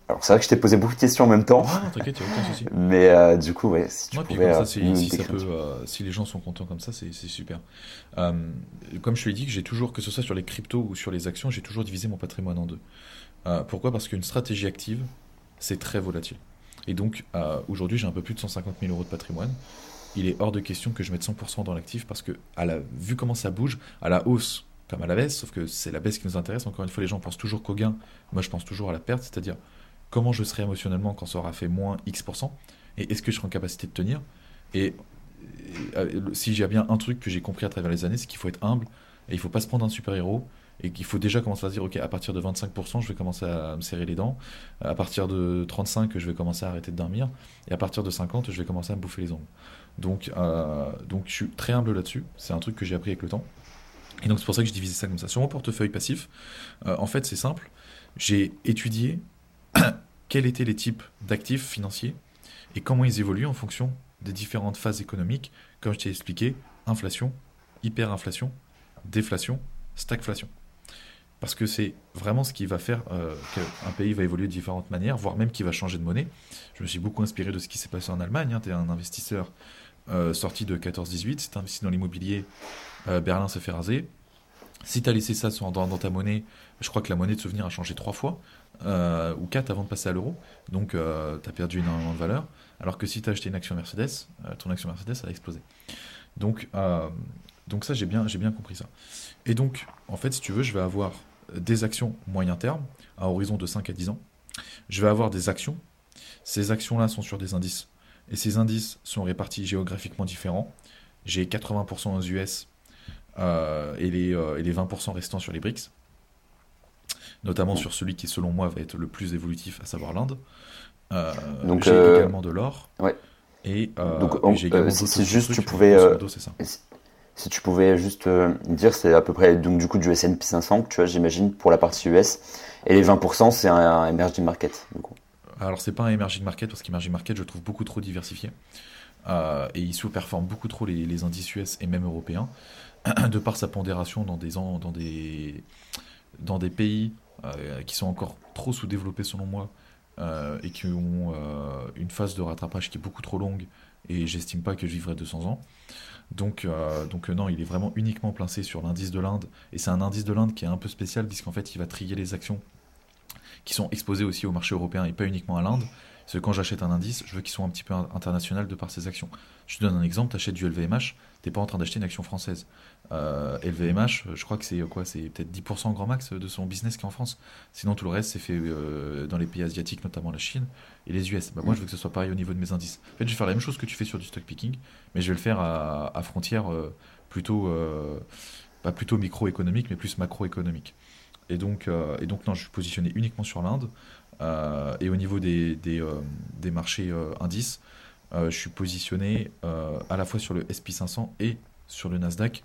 Alors c'est vrai que je t'ai posé beaucoup de questions en même temps, Non, non, t'inquiète, il n'y a aucun souci. mais du coup, ouais, si tu Ouais, puis pouvais comme ça, nous si ça décrire un peut, petit peu. si les gens sont contents comme ça, c'est super. Euh, Comme je te l'ai dit, que j'ai toujours, que ce soit sur les cryptos ou sur les actions, j'ai toujours divisé mon patrimoine en deux. Pourquoi? Parce qu'une stratégie active, c'est très volatile. Et donc, aujourd'hui, j'ai un peu plus de 150 000 euros de patrimoine. Il est hors de question que je mette 100% dans l'actif parce que, vu comment ça bouge, à la hausse comme à la baisse, sauf que c'est la baisse qui nous intéresse. Encore une fois, les gens pensent toujours qu'au gain. Moi, je pense toujours à la perte, c'est-à-dire comment je serai émotionnellement quand ça aura fait moins X%, et est-ce que je serai en capacité de tenir. Et si j'ai bien un truc que j'ai compris à travers les années, c'est qu'il faut être humble, et il faut pas se prendre un super-héros, et qu'il faut déjà commencer à se dire, ok, à partir de 25%, je vais commencer à me serrer les dents, à partir de 35%, je vais commencer à arrêter de dormir, et à partir de 50%, je vais commencer à me bouffer les ongles. Donc je suis très humble là-dessus, c'est un truc que j'ai appris avec le temps. Et donc c'est pour ça que je divisais ça comme ça. Sur mon portefeuille passif, en fait c'est simple, j'ai étudié quels étaient les types d'actifs financiers et comment ils évoluent en fonction des différentes phases économiques, comme je t'ai expliqué, inflation, hyperinflation, déflation, stagflation. Parce que c'est vraiment ce qui va faire qu'un pays va évoluer de différentes manières, voire même qu'il va changer de monnaie. Je me suis beaucoup inspiré de ce qui s'est passé en Allemagne. Hein. Tu es un investisseur sorti de 14-18, si tu investis dans l'immobilier, Berlin s'est fait raser. Si tu as laissé ça dans ta monnaie, je crois que la monnaie de souvenir a changé 3 fois, ou 4 avant de passer à l'euro. Donc tu as perdu énormément de valeur. Alors que si tu as acheté une action Mercedes, ton action Mercedes a explosé. Donc, euh, donc ça, j'ai bien compris ça. Et donc, en fait, si tu veux, je vais avoir des actions moyen terme, à horizon de 5 à 10 ans. Je vais avoir des actions. Ces actions-là sont sur des indices. Et ces indices sont répartis géographiquement différents. J'ai 80% aux US et les 20% restants sur les BRICS, notamment sur celui qui, selon moi, va être le plus évolutif, à savoir l'Inde. Donc, J'ai également de l'or ouais. et j'ai également Si d'autres juste tu trucs, mais pouvais, grosso modo, c'est ça. si tu pouvais juste dire, c'est à peu près donc du coup du S&P 500 que tu as, j'imagine, pour la partie US, et les 20% c'est un emerging market, du coup. Alors, c'est pas un emerging market parce qu'emerging market, je trouve beaucoup trop diversifié. Et il sous-performe beaucoup trop les indices US et même européens, de par sa pondération dans des pays qui sont encore trop sous-développés selon moi, et qui ont une phase de rattrapage qui est beaucoup trop longue, et j'estime pas que je vivrai 200 ans. Donc non, il est vraiment uniquement placé sur l'indice de l'Inde, et c'est un indice de l'Inde qui est un peu spécial, puisqu'en fait il va trier les actions qui sont exposées aussi au marché européen et pas uniquement à l'Inde. Parce que quand j'achète un indice, je veux qu'il soit un petit peu international de par ses actions. Je te donne un exemple, tu achètes du LVMH, t'es pas en train d'acheter une action française. LVMH, je crois que c'est quoi, c'est peut-être 10% grand max de son business qui est en France. Sinon tout le reste c'est fait dans les pays asiatiques, notamment la Chine et les US. Bah, moi je veux que ce soit pareil au niveau de mes indices. En fait je vais faire la même chose que tu fais sur du stock picking, mais je vais le faire à frontière plutôt, pas plutôt microéconomique, mais plus macroéconomique. Et donc non, je suis positionné uniquement sur l'Inde. Et au niveau des marchés indices, je suis positionné à la fois sur le SP 500 et sur le Nasdaq,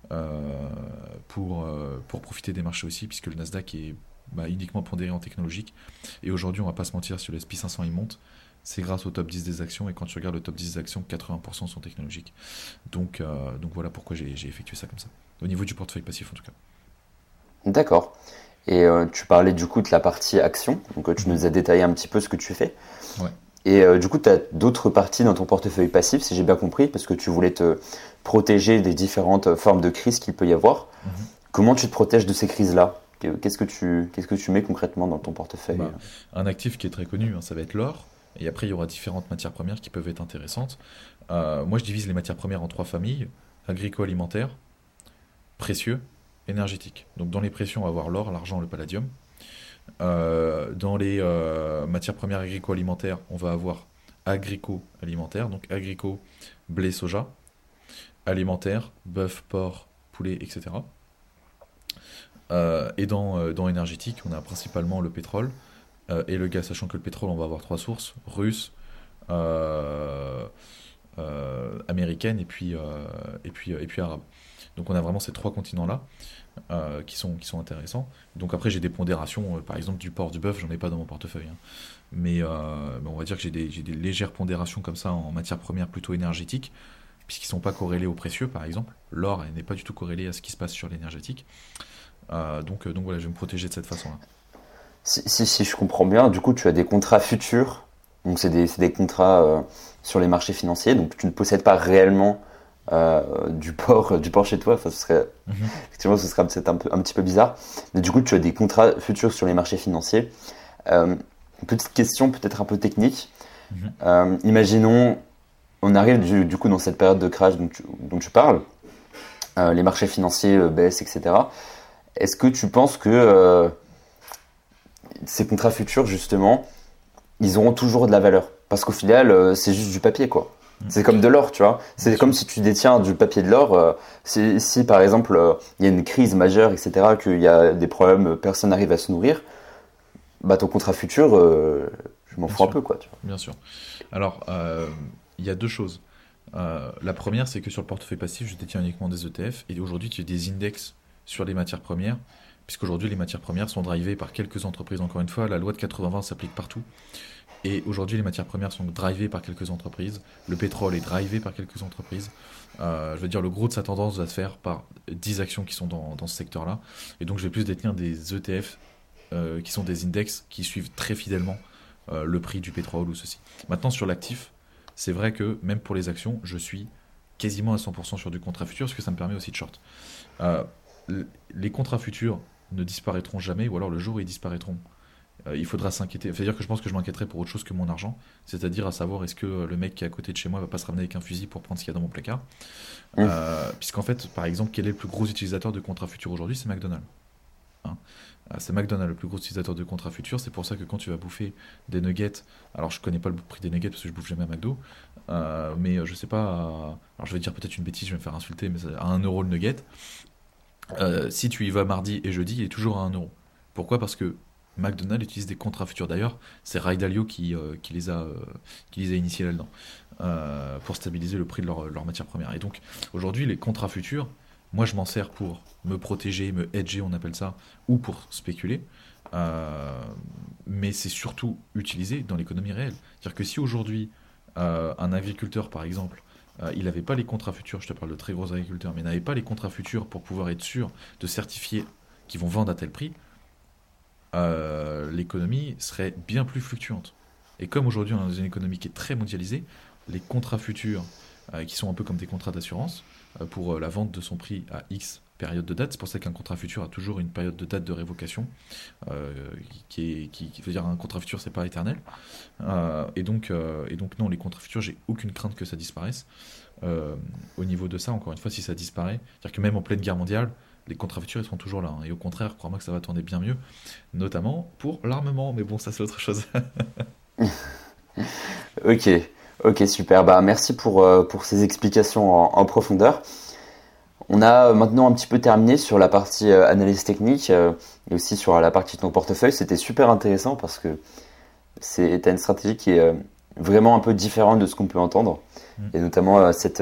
pour profiter des marchés aussi, puisque le Nasdaq est uniquement pondéré en technologique. Et aujourd'hui, on va pas se mentir, sur le SP 500 il monte. C'est grâce au top 10 des actions, et quand tu regardes le top 10 des actions, 80% sont technologiques. Donc voilà pourquoi j'ai effectué ça comme ça. Au niveau du portefeuille passif en tout cas. D'accord. Et tu parlais du coup de la partie action, donc tu Mhm. nous as détaillé un petit peu ce que tu fais. Ouais. Et du coup, tu as d'autres parties dans ton portefeuille passif, si j'ai bien compris, parce que tu voulais te protéger des différentes formes de crise qu'il peut y avoir. Mhm. Comment tu te protèges de ces crises-là? Qu'est-ce que tu mets concrètement dans ton portefeuille? Bah, un actif qui est très connu, hein, ça va être l'or. Et après, il y aura différentes matières premières qui peuvent être intéressantes. Moi, je divise les matières premières en trois familles: agrico-alimentaire, précieux, énergétique. Donc, dans les précieux, on va avoir l'or, l'argent, le palladium. Dans les matières premières agrico-alimentaires, on va avoir agrico-alimentaire. Donc, agrico, blé, soja. Alimentaire, bœuf, porc, poulet, etc. Et dans énergétique, on a principalement le pétrole et le gaz, sachant que le pétrole, on va avoir trois sources: russe, euh, américaine et puis arabe. Donc on a vraiment ces trois continents-là qui sont intéressants. Donc après, j'ai des pondérations, par exemple du porc du bœuf, j'en ai pas dans mon portefeuille, hein. Mais on va dire que j'ai des légères pondérations comme ça en matière première plutôt énergétique, puisqu'ils ne sont pas corrélés au précieux, par exemple. L'or elle n'est pas du tout corrélé à ce qui se passe sur l'énergétique. Donc voilà, je vais me protéger de cette façon-là. Si je comprends bien, du coup, tu as des contrats futurs. Donc, c'est des contrats sur les marchés financiers. Donc, tu ne possèdes pas réellement du port chez toi. Enfin, Mhm. effectivement, ce serait peut-être un petit peu bizarre. Mais du coup, tu as des contrats futurs sur les marchés financiers. Une petite question, peut-être un peu technique. Mhm. Imaginons, on arrive du coup dans cette période de crash dont tu parles. Les marchés financiers baissent, etc. Est-ce que tu penses que ces contrats futurs, justement, ils auront toujours de la valeur? Parce qu'au final, c'est juste du papier, quoi. Mhm. C'est comme de l'or, tu vois. Bien C'est sûr. comme si tu détiens du papier de l'or. Si, par exemple, il y a une crise majeure, etc., qu'il y a des problèmes, personne n'arrive à se nourrir, bah ton contrat futur, je m'en Bien fous un sûr. peu, quoi, tu Bien sûr. Alors, il y a deux choses. La première, c'est que sur le portefeuille passif, je détiens uniquement des ETF et aujourd'hui, tu as des index sur les matières premières, puisqu'aujourd'hui, les matières premières sont drivées par quelques entreprises. Encore une fois, la loi de 80-20 s'applique partout. Et aujourd'hui, les matières premières sont drivées par quelques entreprises. Le pétrole est drivé par quelques entreprises. Je veux dire, le gros de sa tendance va se faire par 10 actions qui sont dans ce secteur-là. Et donc, je vais plus détenir des ETF qui sont des index qui suivent très fidèlement le prix du pétrole ou ceci. Maintenant, sur l'actif, c'est vrai que même pour les actions, je suis quasiment à 100% sur du contrat futur, parce que ça me permet aussi de short. Euh, les contrats futurs ne disparaîtront jamais, ou alors le jour où ils disparaîtront, il faudra s'inquiéter. C'est-à-dire que je pense que je m'inquiéterai pour autre chose que mon argent, c'est-à-dire à savoir est-ce que le mec qui est à côté de chez moi va pas se ramener avec un fusil pour prendre ce qu'il y a dans mon placard. vois. Puisqu'en fait, par exemple, quel est le plus gros utilisateur de contrats futurs aujourd'hui? C'est McDonald's. Hein. C'est McDonald's le plus gros utilisateur de contrats futurs. C'est pour ça que quand tu vas bouffer des nuggets, alors je connais pas le prix des nuggets parce que je bouffe jamais à McDo, mais je sais pas. Alors je vais dire peut-être une bêtise, je vais me faire insulter, mais c'est à 1 € le nugget. Si tu y vas mardi et jeudi, il est toujours à 1 €. Pourquoi? Parce que McDonald's utilise des contrats futurs. D'ailleurs, c'est Ray Dalio qui les a initiés là-dedans, pour stabiliser le prix de leur matière première. Et donc, aujourd'hui, les contrats futurs, moi, je m'en sers pour me protéger, me hedger, on appelle ça, ou pour spéculer. Euh, mais c'est surtout utilisé dans l'économie réelle. C'est-à-dire que si aujourd'hui, un agriculteur, par exemple, il n'avait pas les contrats futurs, je te parle de très gros agriculteurs, mais n'avait pas les contrats futurs pour pouvoir être sûr de certifier qu'ils vont vendre à tel prix, l'économie serait bien plus fluctuante. Et comme aujourd'hui on est dans une économie qui est très mondialisée, les contrats futurs, qui sont un peu comme des contrats d'assurance, pour la vente de son prix à X période de date, c'est pour ça qu'un contrat futur a toujours une période de date de révocation, qui veut dire un contrat futur c'est pas éternel. Et donc non, les contrats futurs, j'ai aucune crainte que ça disparaisse. Au niveau de ça, encore une fois, si ça disparaît, c'est-à-dire que même en pleine guerre mondiale, les contrats futurs ils seront toujours là, hein. Et au contraire, crois-moi que ça va tourner bien mieux, notamment pour l'armement. Mais bon, ça c'est autre chose. Ok, ok, super. Bah, merci pour ces explications en profondeur. On a maintenant un petit peu terminé sur la partie analyse technique et aussi sur la partie de ton portefeuille. C'était super intéressant parce que t'as une stratégie qui est vraiment un peu différente de ce qu'on peut entendre. Mm. Et notamment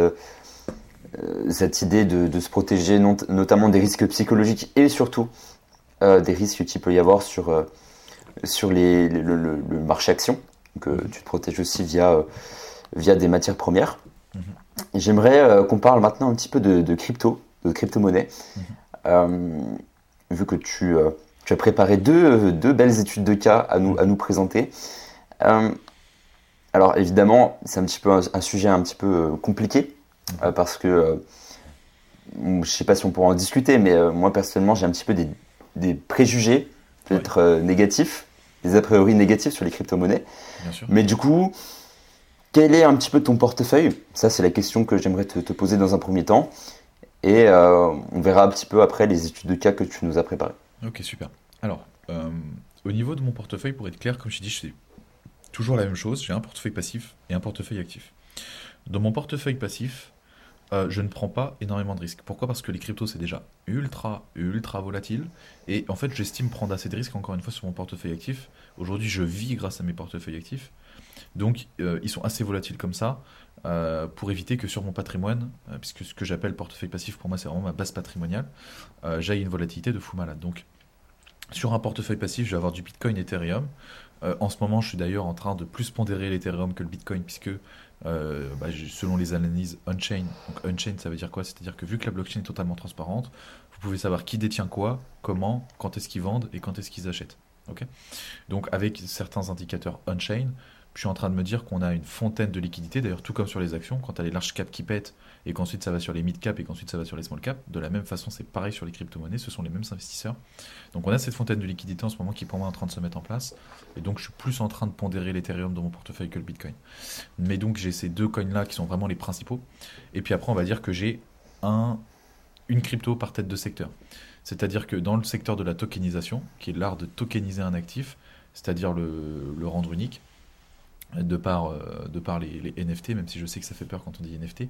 cette idée de se protéger notamment des risques psychologiques et surtout des risques qu'il peut y avoir sur le marché action. Donc Mhm. tu te protèges aussi via des matières premières. Mhm. Et j'aimerais qu'on parle maintenant un petit peu de crypto, de crypto-monnaie. Mhm. Euh, Vu que tu as préparé deux belles études de cas à nous présenter. Euh, alors évidemment, c'est un petit peu un sujet un petit peu compliqué Mhm. parce que je sais pas si on pourra en discuter, mais moi personnellement j'ai un petit peu des préjugés Ouais, peut-être négatifs, des a priori négatifs sur les crypto-monnaies. bien sûr. Mais du coup, quel est un petit peu ton portefeuille? Ça, c'est la question que j'aimerais te poser dans un premier temps. Et on verra un petit peu après les études de cas que tu nous as préparées. Ok, super. Alors, au niveau de mon portefeuille, pour être clair, comme je t'ai dit, c'est toujours la même chose. J'ai un portefeuille passif et un portefeuille actif. Dans mon portefeuille passif, je ne prends pas énormément de risques. Pourquoi? Parce que les cryptos, c'est déjà ultra, ultra volatile. Et en fait, j'estime prendre assez de risques, encore une fois, sur mon portefeuille actif. Aujourd'hui, je vis grâce à mes portefeuilles actifs. Donc, ils sont assez volatiles comme ça, pour éviter que sur mon patrimoine, puisque ce que j'appelle portefeuille passif, pour moi, c'est vraiment ma base patrimoniale, j'aille une volatilité de fou malade. Donc, sur un portefeuille passif, je vais avoir du Bitcoin, Ethereum. En ce moment, je suis d'ailleurs en train de plus pondérer l'Ethereum que le Bitcoin, puisque selon les analyses on-chain, donc on-chain, ça veut dire quoi? C'est-à-dire que vu que la blockchain est totalement transparente, vous pouvez savoir qui détient quoi, comment, quand est-ce qu'ils vendent et quand est-ce qu'ils achètent. Ok. Donc avec certains indicateurs on-chain, je suis en train de me dire qu'on a une fontaine de liquidité, d'ailleurs tout comme sur les actions, quand tu as les large cap qui pètent et qu'ensuite ça va sur les mid cap et qu'ensuite ça va sur les small cap, de la même façon c'est pareil sur les crypto-monnaies, ce sont les mêmes investisseurs. Donc on a cette fontaine de liquidité en ce moment qui est pour moi en train de se mettre en place, et donc je suis plus en train de pondérer l'Ethereum dans mon portefeuille que le Bitcoin. Mais donc j'ai ces deux coins là qui sont vraiment les principaux, et puis après on va dire que j'ai une crypto par tête de secteur. C'est-à-dire que dans le secteur de la tokenisation, qui est l'art de tokeniser un actif, c'est-à-dire le rendre unique, de par les NFT, même si je sais que ça fait peur quand on dit NFT,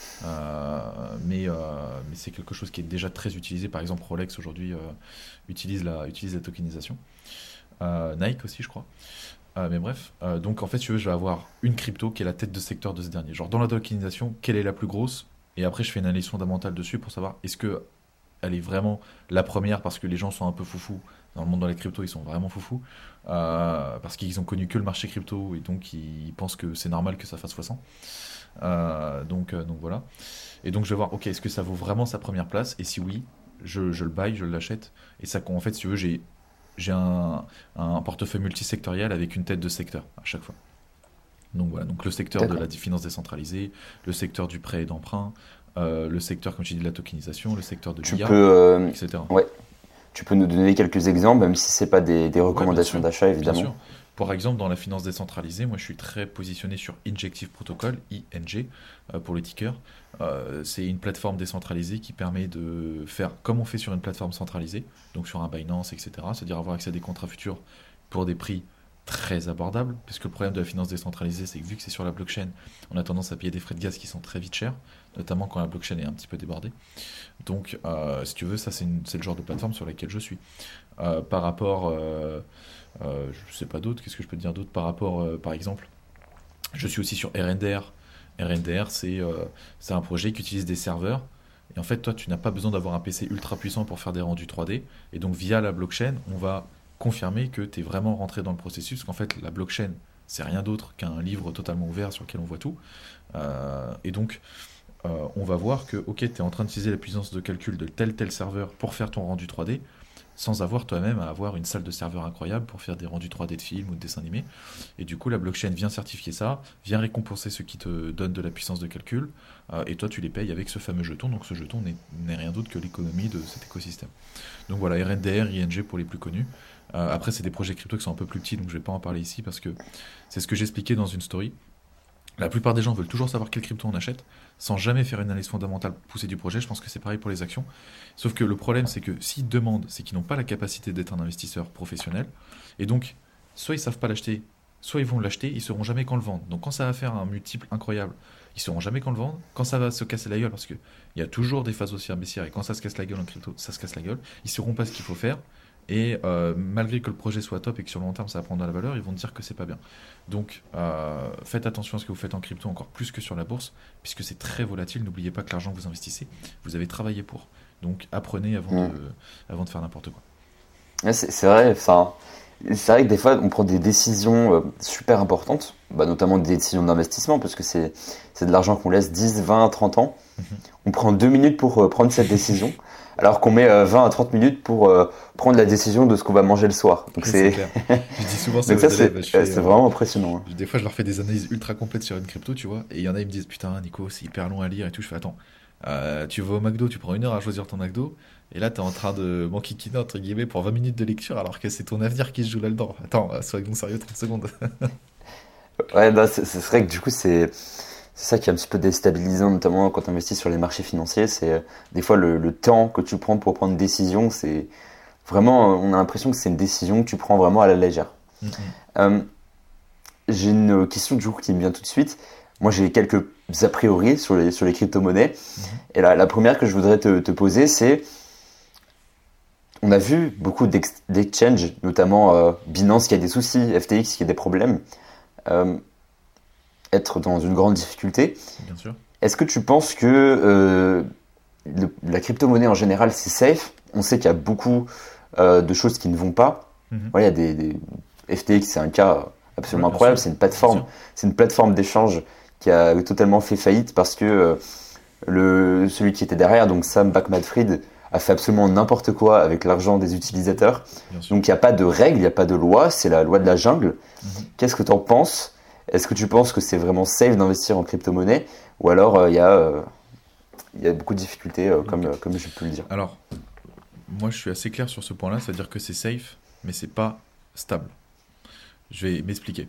mais c'est quelque chose qui est déjà très utilisé. Par exemple, Rolex aujourd'hui utilise la tokenisation. Nike aussi, je crois. Mais bref, donc en fait, si tu veux, je vais avoir une crypto qui est la tête de secteur de ce dernier. Genre dans la tokenisation, quelle est la plus grosse? Et après, je fais une analyse fondamentale dessus pour savoir est-ce que elle est vraiment la première parce que les gens sont un peu foufous. Dans le monde dans les cryptos, ils sont vraiment foufous. Parce qu'ils ont connu que le marché crypto et donc ils pensent que c'est normal que ça fasse x100. Donc voilà. Et donc je vais voir, ok, est-ce que ça vaut vraiment sa première place? Et si oui, je le buy, je l'achète. Et ça, en fait, si tu veux, j'ai un portefeuille multisectoriel avec une tête de secteur à chaque fois. Donc voilà, donc le secteur de la finance décentralisée, le secteur du prêt et d'emprunt, le secteur, comme tu dis, de la tokenisation, le secteur de l'IA, etc. Ouais. Tu peux nous donner quelques exemples, même si ce n'est pas des recommandations d'achat, évidemment. Bien sûr. Par exemple, dans la finance décentralisée, moi je suis très positionné sur Injective Protocol, ING, pour le ticker. C'est une plateforme décentralisée qui permet de faire comme on fait sur une plateforme centralisée, donc sur un Binance, etc. C'est-à-dire avoir accès à des contrats futurs pour des prix très abordables, parce que le problème de la finance décentralisée, c'est que vu que c'est sur la blockchain, on a tendance à payer des frais de gaz qui sont très vite chers, notamment quand la blockchain est un petit peu débordée. Donc, si tu veux, ça c'est le genre de plateforme sur laquelle je suis. Par rapport, je sais pas d'autres, qu'est-ce que je peux te dire d'autre par rapport, par exemple, je suis aussi sur RNDR. RNDR, c'est un projet qui utilise des serveurs. Et en fait, toi, tu n'as pas besoin d'avoir un PC ultra puissant pour faire des rendus 3D. Et donc, via la blockchain, on va confirmer que tu es vraiment rentré dans le processus. Parce qu'en fait, la blockchain, c'est rien d'autre qu'un livre totalement ouvert sur lequel on voit tout. Et donc, on va voir que, ok, tu es en train d'utiliser la puissance de calcul de tel serveur pour faire ton rendu 3D, sans avoir toi-même à avoir une salle de serveur incroyable pour faire des rendus 3D de films ou de dessins animés. Et du coup, la blockchain vient certifier ça, vient récompenser ceux qui te donnent de la puissance de calcul, et toi, tu les payes avec ce fameux jeton. Donc ce jeton n'est rien d'autre que l'économie de cet écosystème. Donc voilà, RNDR, ING pour les plus connus. Après, c'est des projets crypto qui sont un peu plus petits, donc je ne vais pas en parler ici, parce que c'est ce que j'expliquais dans une story. La plupart des gens veulent toujours savoir quelle crypto on achète, sans jamais faire une analyse fondamentale poussée du projet. Je pense que c'est pareil pour les actions. Sauf que le problème, c'est que s'ils demandent, c'est qu'ils n'ont pas la capacité d'être un investisseur professionnel. Et donc, soit ils savent pas l'acheter, soit ils vont l'acheter, ils sauront jamais quand le vendre. Donc quand ça va faire un multiple incroyable, ils sauront jamais quand le vendre. Quand ça va se casser la gueule, parce qu'il y a toujours des phases haussières baissières, et quand ça se casse la gueule en crypto, ça se casse la gueule, ils sauront pas ce qu'il faut faire. Et malgré que le projet soit top et que sur le long terme ça va prendre de la valeur, ils vont dire que c'est pas bien. Donc faites attention à ce que vous faites en crypto encore plus que sur la bourse, puisque c'est très volatile. N'oubliez pas que l'argent que vous investissez, vous avez travaillé pour. Donc apprenez avant de faire n'importe quoi. Ouais, c'est vrai, enfin, c'est vrai que des fois on prend des décisions super importantes, notamment des décisions d'investissement, parce que c'est de l'argent qu'on laisse 10, 20, 30 ans. On prend 2 minutes pour prendre cette décision. Alors qu'on met 20 à 30 minutes pour prendre la décision de ce qu'on va manger le soir. Donc c'est clair. Je dis souvent ça. Donc ça, c'est vraiment impressionnant. Hein. Des fois, je leur fais des analyses ultra complètes sur une crypto, tu vois. Et il y en a, ils me disent, putain, Nico, c'est hyper long à lire et tout. Je fais, attends, tu vas au McDo, tu prends 1 heure à choisir ton McDo. Et là, t'es en train de m'enquiquiner, entre guillemets, pour 20 minutes de lecture, alors que c'est ton avenir qui se joue là-dedans. Attends, soyons sérieux 30 secondes. Ouais, c'est vrai que du coup, c'est ça qui est un petit peu déstabilisant, notamment quand tu investis sur les marchés financiers. C'est des fois le temps que tu prends pour prendre une décision, c'est vraiment, on a l'impression que c'est une décision que tu prends vraiment à la légère. J'ai une question du coup qui me vient tout de suite. Moi, j'ai quelques a priori sur les crypto-monnaies. Et la première que je voudrais te poser, c'est on a vu beaucoup d'exchanges, notamment Binance qui a des soucis, FTX qui a des problèmes. Être dans une grande difficulté. Bien sûr. Est-ce que tu penses que la crypto-monnaie en général c'est safe? On sait qu'il y a beaucoup de choses qui ne vont pas. Voilà, il y a des FTX, c'est un cas absolument incroyable. C'est une plateforme d'échange qui a totalement fait faillite parce que celui qui était derrière, donc Sam Bankman-Fried, a fait absolument n'importe quoi avec l'argent des utilisateurs. Bien sûr. Donc il n'y a pas de règles, il n'y a pas de loi, c'est la loi de la jungle. Mhm. Qu'est-ce que tu en penses? Est-ce que tu penses que c'est vraiment safe d'investir en crypto-monnaie? Ou alors il y a beaucoup de difficultés, comme je peux le dire. Alors, moi, je suis assez clair sur ce point-là, c'est-à-dire que c'est safe, mais c'est pas stable. Je vais m'expliquer.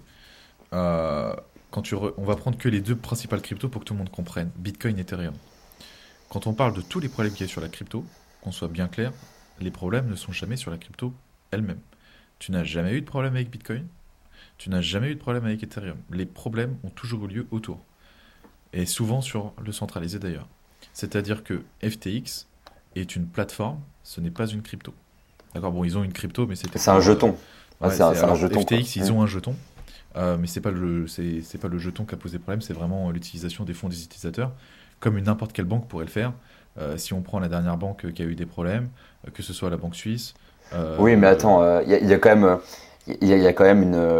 On va prendre que les deux principales cryptos pour que tout le monde comprenne, Bitcoin et Ethereum. Quand on parle de tous les problèmes qu'il y a sur la crypto, qu'on soit bien clair, les problèmes ne sont jamais sur la crypto elle-même. Tu n'as jamais eu de problème avec Bitcoin, tu n'as jamais eu de problème avec Ethereum. Les problèmes ont toujours eu lieu autour. Et souvent sur le centralisé d'ailleurs. C'est-à-dire que FTX est une plateforme, ce n'est pas une crypto. D'accord, bon, ils ont une crypto, mais c'était C'est un jeton. Ouais, C'est un alors, jeton, quoi. FTX, ils ont un jeton, mais c'est pas le jeton qui a posé problème, c'est vraiment l'utilisation des fonds des utilisateurs, comme n'importe quelle banque pourrait le faire. Si on prend la dernière banque qui a eu des problèmes, que ce soit la banque suisse. Oui, mais attends, il y a quand même, il y a quand même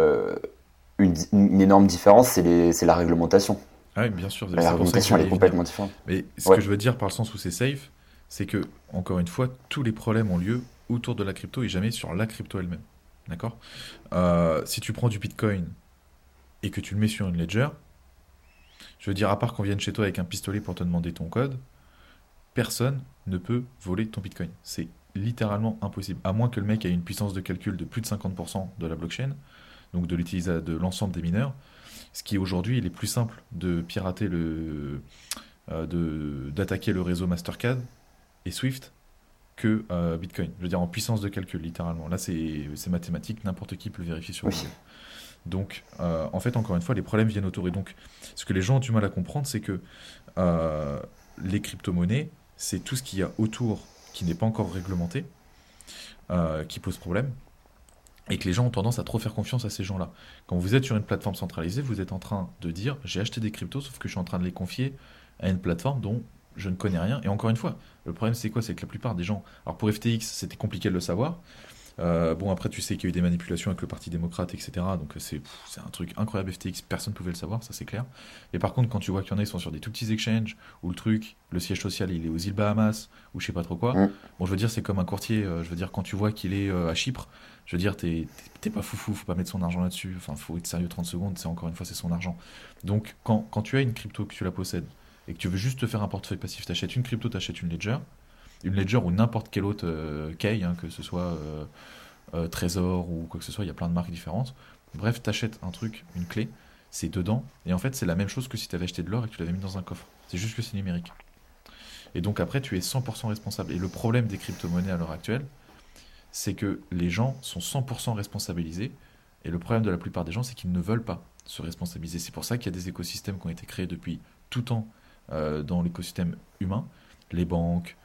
une énorme différence, c'est la réglementation. Ah oui, bien sûr, La c'est pour ça que réglementation, elle j'allais est y venir. complètement différente. Mais ce Ouais. que je veux dire par le sens où c'est safe, c'est que, encore une fois, tous les problèmes ont lieu autour de la crypto et jamais sur la crypto elle-même. D'accord? Si tu prends du Bitcoin et que tu le mets sur une ledger, je veux dire, à part qu'on vienne chez toi avec un pistolet pour te demander ton code, personne ne peut voler ton Bitcoin. C'est littéralement impossible. À moins que le mec ait une puissance de calcul de plus de 50% de la blockchain, donc de l'ensemble des mineurs, ce qui aujourd'hui il est plus simple de pirater d'attaquer le réseau Mastercard et Swift que Bitcoin. Je veux dire en puissance de calcul, littéralement. Là, c'est mathématique, n'importe qui peut le vérifier sur Oui. Google. Donc, en fait, encore une fois, les problèmes viennent autour. Et donc, ce que les gens ont du mal à comprendre, c'est que euh, les crypto-monnaies, c'est tout ce qu'il y a autour qui n'est pas encore réglementé, qui pose problème, et que les gens ont tendance à trop faire confiance à ces gens-là. Quand vous êtes sur une plateforme centralisée, vous êtes en train de dire, j'ai acheté des cryptos, sauf que je suis en train de les confier à une plateforme dont je ne connais rien. Et encore une fois, le problème c'est quoi? C'est que la plupart des gens... Alors pour FTX, c'était compliqué de le savoir. Bon, après, tu sais qu'il y a eu des manipulations avec le Parti démocrate, etc. Donc c'est un truc incroyable, FTX, personne ne pouvait le savoir, ça c'est clair. Et par contre, quand tu vois qu'il y en a, ils sont sur des tout petits exchanges, où le siège social, il est aux îles Bahamas, ou je sais pas trop quoi. Mm. Bon, je veux dire, c'est comme un courtier, je veux dire, quand tu vois qu'il est à Chypre, je veux dire, t'es pas foufou, faut pas mettre son argent là-dessus. Enfin, faut être sérieux 30 secondes, c'est encore une fois, c'est son argent. Donc, quand tu as une crypto, que tu la possèdes, et que tu veux juste te faire un portefeuille passif, t'achètes une crypto, t'achètes une ledger ou n'importe quelle autre key, hein, que ce soit Trésor ou quoi que ce soit, il y a plein de marques différentes. Bref, t'achètes un truc, une clé, c'est dedans, et en fait c'est la même chose que si t'avais acheté de l'or et que tu l'avais mis dans un coffre. C'est juste que c'est numérique. Et donc après, tu es 100% responsable. Et le problème des crypto-monnaies à l'heure actuelle, c'est que les gens sont 100% responsabilisés, et le problème de la plupart des gens, c'est qu'ils ne veulent pas se responsabiliser. C'est pour ça qu'il y a des écosystèmes qui ont été créés depuis tout temps dans l'écosystème humain, les banques,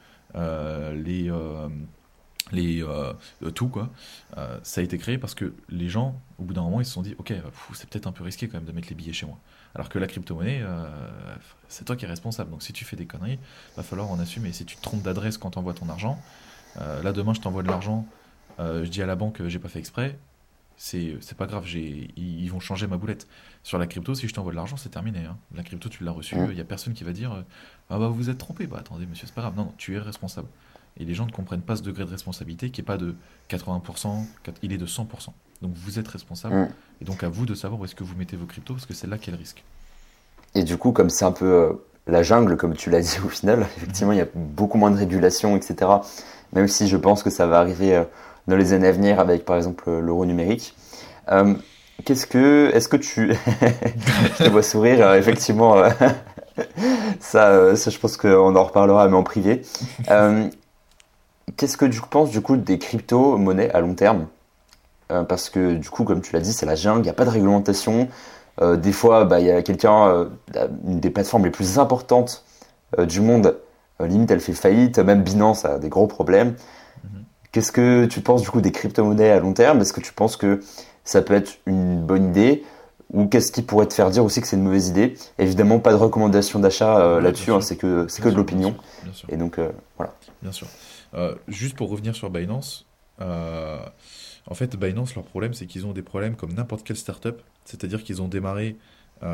tout quoi. Ça a été créé parce que les gens, au bout d'un moment, ils se sont dit, ok, c'est peut-être un peu risqué quand même de mettre les billets chez moi. Alors que la crypto-monnaie, c'est toi qui es responsable. Donc si tu fais des conneries, va falloir en assumer. Et si tu te trompes d'adresse quand tu envoies ton argent, là demain je t'envoie de l'argent, je dis à la banque, j'ai pas fait exprès. C'est pas grave, ils vont changer ma boulette. Sur la crypto, si je t'envoie de l'argent, c'est terminé, hein. La crypto, tu l'as reçu, il Mm. y a personne qui va dire ah bah vous vous êtes trompé. Bah attendez, monsieur, c'est pas grave. Non, non, tu es responsable. Et les gens ne comprennent pas ce degré de responsabilité qui est pas de 80%, il est de 100%. Donc vous êtes responsable. Mm. Et donc à vous de savoir où est-ce que vous mettez vos cryptos, parce que c'est là qu'est le risque. Et du coup, comme c'est un peu la jungle, comme tu l'as dit au final, Mhm. effectivement, il y a beaucoup moins de régulation, etc. Même si je pense que ça va arriver dans les années à venir avec, par exemple, l'euro numérique. Euh, est-ce que tu, je te vois sourire, effectivement, ça, je pense qu'on en reparlera, mais en privé. Euh, Qu'est-ce que tu penses du coup des crypto-monnaies à long terme? Parce que du coup, comme tu l'as dit, c'est la jungle, il n'y a pas de réglementation. Des fois, bah, il y a une des plateformes les plus importantes du monde, limite elle fait faillite, même Binance a des gros problèmes. Mhm. Qu'est-ce que tu penses du coup des crypto-monnaies à long terme? Est-ce que tu penses que ça peut être une bonne idée? Ou qu'est-ce qui pourrait te faire dire aussi que c'est une mauvaise idée? Évidemment, pas de recommandation d'achat Ouais, bien là-dessus, hein, sûr. c'est Bien que de sûr, bien l'opinion. sûr, bien sûr, Et donc, voilà. bien sûr. Juste pour revenir sur Binance, euh, en fait, Binance, leur problème, c'est qu'ils ont des problèmes comme n'importe quelle startup. C'est-à-dire qu'ils ont démarré,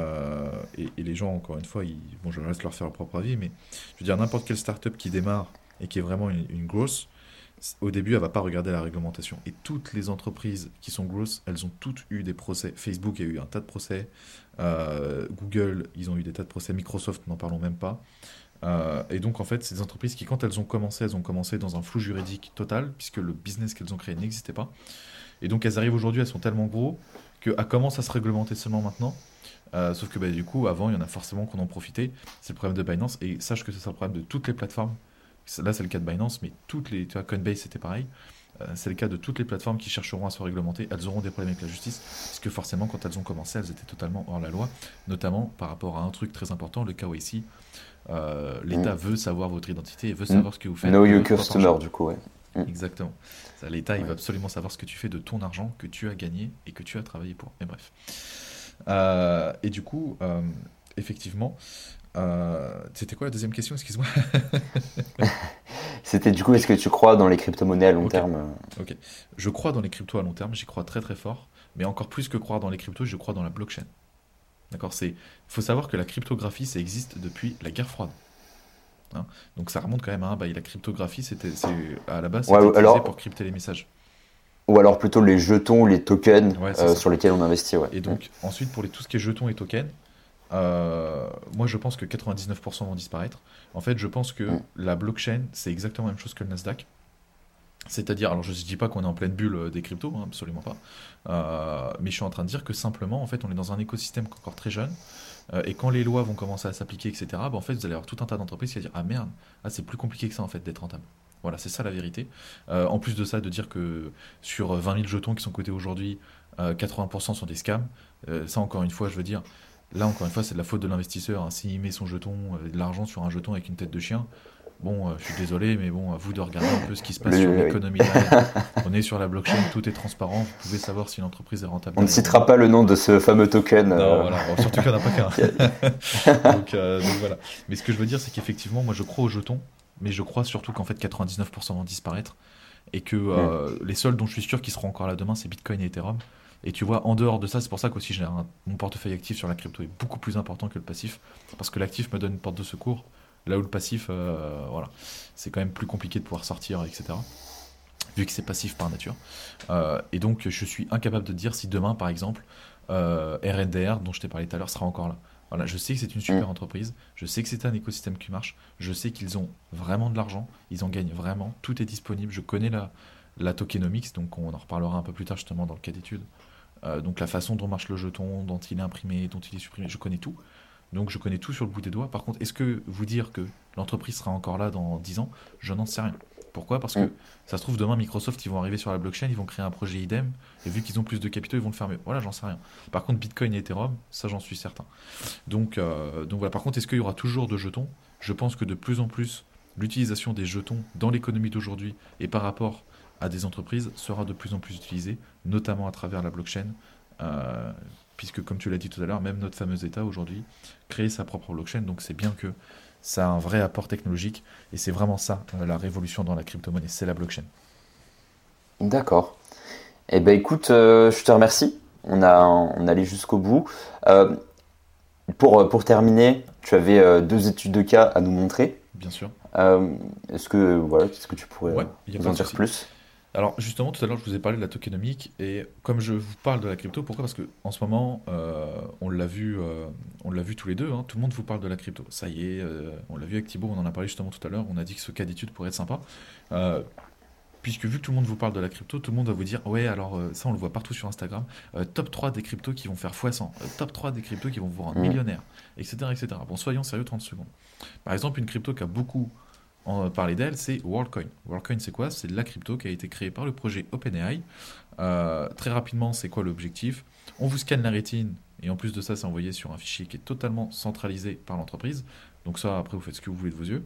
et les gens, encore une fois, bon, je laisse leur faire leur propre avis, mais je veux dire, n'importe quelle startup qui démarre et qui est vraiment une grosse, au début, elle va pas regarder la réglementation. Et toutes les entreprises qui sont grosses, elles ont toutes eu des procès. Facebook a eu un tas de procès. Google, ils ont eu des tas de procès. Microsoft, n'en parlons même pas. Et donc, en fait, c'est des entreprises qui, quand elles ont commencé dans un flou juridique total, puisque le business qu'elles ont créé n'existait pas. Et donc, elles arrivent aujourd'hui, elles sont tellement gros qu'elles commencent à se réglementer seulement maintenant. Sauf que bah, du coup, avant, il y en a forcément qui en ont profité. C'est le problème de Binance. Et sache que c'est ça le problème de toutes les plateformes. Là, c'est le cas de Binance, mais toutes les, tu vois, Coinbase, c'était pareil. C'est le cas de toutes les plateformes qui chercheront à se réglementer. Elles auront des problèmes avec la justice, parce que forcément, quand elles ont commencé, elles étaient totalement hors la loi, notamment par rapport à un truc très important, le KYC. L'État Mm. veut savoir votre identité et veut Mm. savoir ce que vous faites Know de your votre propre customer, argent. du coup, ouais. Mm. Exactement. Ça, l'État, il Ouais. va absolument savoir ce que tu fais de ton argent que tu as gagné et que tu as travaillé pour. Mais bref. Et du coup, effectivement, c'était quoi la deuxième question? Excuse-moi. C'était du coup, est-ce que tu crois dans les crypto-monnaies à long Ok, terme? ok. Je crois dans les cryptos à long terme, j'y crois très très fort, mais encore plus que croire dans les cryptos, je crois dans la blockchain. D'accord? Faut savoir que la cryptographie, ça existe depuis la guerre froide. Hein. Donc ça remonte quand même à un bail. La cryptographie, à la base, Ouais, c'était utilisé pour alors, crypter les messages. ou alors plutôt les jetons ou les tokens Ouais, c'est ça. sur lesquels on investit, ouais. Et Mm. donc, ensuite, pour tout ce qui est jetons et tokens, moi je pense que 99% vont disparaître. En fait, je pense que Mm. la blockchain, c'est exactement la même chose que le Nasdaq. C'est-à-dire, alors je ne dis pas qu'on est en pleine bulle des cryptos, hein, absolument pas. Mais je suis en train de dire que simplement, en fait, on est dans un écosystème encore très jeune. Et quand les lois vont commencer à s'appliquer, etc., bah, en fait, vous allez avoir tout un tas d'entreprises qui vont dire ah merde, ah, c'est plus compliqué que ça en fait d'être rentable. Voilà, c'est ça la vérité. En plus de ça, de dire que sur 20 000 jetons qui sont cotés aujourd'hui, 80% sont des scams. Ça, encore une fois, je veux dire, là, encore une fois, c'est de la faute de l'investisseur. Hein. S'il met son jeton, de l'argent sur un jeton avec une tête de chien, bon, je suis désolé, mais bon, à vous de regarder un peu ce qui se passe sur Le- l'économie derrière. On est sur la blockchain, tout est transparent, vous pouvez savoir si l'entreprise est rentable On ne derrière ou citera non. pas le nom de ce fameux token. Non, voilà. Bon, surtout qu'il n'y en a pas qu'un. Qui a- Donc voilà. Mais ce que je veux dire, c'est qu'effectivement, moi je crois aux jetons, mais je crois surtout qu'en fait 99% vont disparaître et que Mm. les seuls dont je suis sûr qui seront encore là demain, c'est Bitcoin et Ethereum. Et tu vois, en dehors de ça, c'est pour ça qu'aussi mon portefeuille actif sur la crypto est beaucoup plus important que le passif, parce que l'actif me donne une porte de secours, là où le passif, voilà, c'est quand même plus compliqué de pouvoir sortir, etc. Vu que c'est passif par nature. Et donc, je suis incapable de dire si demain, par exemple, RNDR, dont je t'ai parlé tout à l'heure, sera encore là. Voilà, je sais que c'est une Mm. super entreprise, je sais que c'est un écosystème qui marche, je sais qu'ils ont vraiment de l'argent, ils en gagnent vraiment, tout est disponible, je connais la tokenomics, donc on en reparlera un peu plus tard justement dans le cas d'étude. Donc la façon dont marche le jeton, dont il est imprimé, dont il est supprimé, je connais tout. Donc je connais tout sur le bout des doigts. Par contre, est-ce que vous dire que l'entreprise sera encore là dans 10 ans, je n'en sais rien. Pourquoi? Parce Mm. que ça se trouve demain Microsoft ils vont arriver sur la blockchain, ils vont créer un projet idem et vu qu'ils ont plus de capitaux, ils vont le faire mieux. Voilà, j'en sais rien. Par contre, Bitcoin et Ethereum, ça j'en suis certain. Donc voilà. Par contre, est-ce qu'il y aura toujours de jetons? Je pense que de plus en plus, l'utilisation des jetons dans l'économie d'aujourd'hui et par rapport à des entreprises sera de plus en plus utilisée, notamment à travers la blockchain. euh, Puisque, comme tu l'as dit tout à l'heure, même notre fameux État aujourd'hui crée sa propre blockchain. Donc c'est bien que ça a un vrai apport technologique. Et c'est vraiment ça, la révolution dans la crypto-monnaie, c'est la blockchain. D'accord. Eh ben écoute, je te remercie. On allait jusqu'au bout. Euh, pour terminer, tu avais deux études de cas à nous montrer. Bien sûr. Est-ce que tu pourrais Ouais, il n'y a nous pas en de dire souci. plus? Alors justement, tout à l'heure, je vous ai parlé de la tokenomique et comme je vous parle de la crypto, pourquoi? Parce que en ce moment, on l'a vu tous les deux, hein, tout le monde vous parle de la crypto. Ça y est, on l'a vu avec Thibaut, on en a parlé justement tout à l'heure, on a dit que ce cas d'étude pourrait être sympa. Euh, Puisque vu que tout le monde vous parle de la crypto, tout le monde va vous dire ouais alors ça on le voit partout sur Instagram, top 3 des cryptos qui vont faire x100, top 3 des cryptos qui vont vous rendre Mm. millionnaire, etc., etc. Bon soyons sérieux 30 secondes. Par exemple une crypto qui a beaucoup parlé d'elle, c'est WorldCoin. WorldCoin c'est quoi? C'est de la crypto qui a été créée par le projet OpenAI. Très rapidement c'est quoi l'objectif? On vous scanne la rétine et en plus de ça c'est envoyé sur un fichier qui est totalement centralisé par l'entreprise. Donc ça après vous faites ce que vous voulez de vos yeux.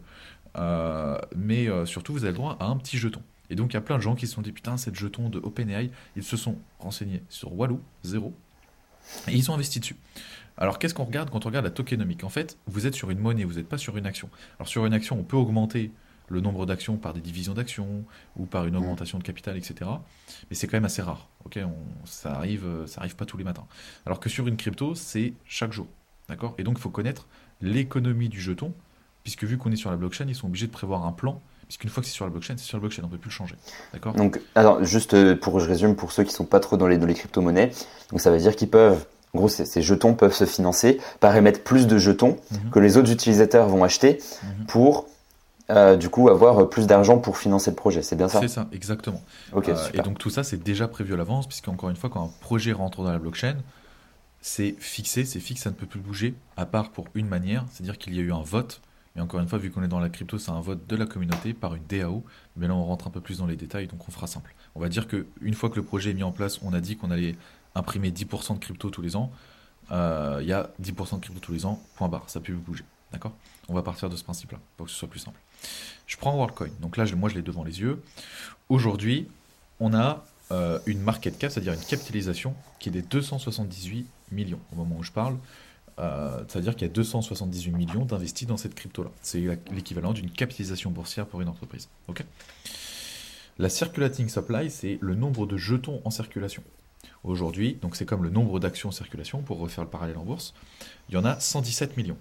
Mais surtout vous avez le droit à un petit jeton. Et donc il y a plein de gens qui se sont dit putain cette jeton de OpenAI, ils se sont renseignés sur Waloo, zéro, et ils ont investi dessus. Alors qu'est-ce qu'on regarde quand on regarde la tokenomique? En fait, vous êtes sur une monnaie, vous n'êtes pas sur une action. Alors sur une action, on peut augmenter le nombre d'actions par des divisions d'actions ou par une Mm. augmentation de capital, etc. Mais c'est quand même assez rare. Ok, ça arrive pas tous les matins. Alors que sur une crypto, c'est chaque jour. D'accord? Et donc il faut connaître l'économie du jeton, puisque vu qu'on est sur la blockchain, ils sont obligés de prévoir un plan Puisqu'une fois que c'est sur la blockchain, c'est sur la blockchain, on ne peut plus le changer. D'accord ? Donc, alors, juste je résume pour ceux qui sont pas trop dans les crypto-monnaies. Donc, ça veut dire qu'ils peuvent, en gros, ces jetons peuvent se financer par émettre plus de jetons que les autres utilisateurs vont acheter pour, du coup, avoir plus d'argent pour financer le projet. C'est bien ça ? C'est ça, exactement. Ok, Et super. donc tout ça, c'est déjà prévu à l'avance, puisqu'encore une fois, quand un projet rentre dans la blockchain, c'est fixé, c'est fixe, ça ne peut plus bouger, à part pour une manière, c'est-à-dire qu'il y a eu un vote. Mais encore une fois, vu qu'on est dans la crypto, c'est un vote de la communauté par une DAO. Mais là, on rentre un peu plus dans les détails, donc on fera simple. On va dire qu'une fois que le projet est mis en place, on a dit qu'on allait imprimer 10% de crypto tous les ans. Il y a 10% de crypto tous les ans, point barre, ça peut plus bouger. D'accord ? On va partir de ce principe-là, pour que ce soit plus simple. Je prends WorldCoin. Donc là, moi, je l'ai devant les yeux. Aujourd'hui, on a une market cap, c'est-à-dire une capitalisation qui est des 278 millions au moment où je parle. C'est-à-dire qu'il y a 278 millions d'investis dans cette crypto-là. C'est l'équivalent d'une capitalisation boursière pour une entreprise. Ok ? La circulating supply, c'est le nombre de jetons en circulation. Aujourd'hui, donc c'est comme le nombre d'actions en circulation, pour refaire le parallèle en bourse, il y en a 117 millions.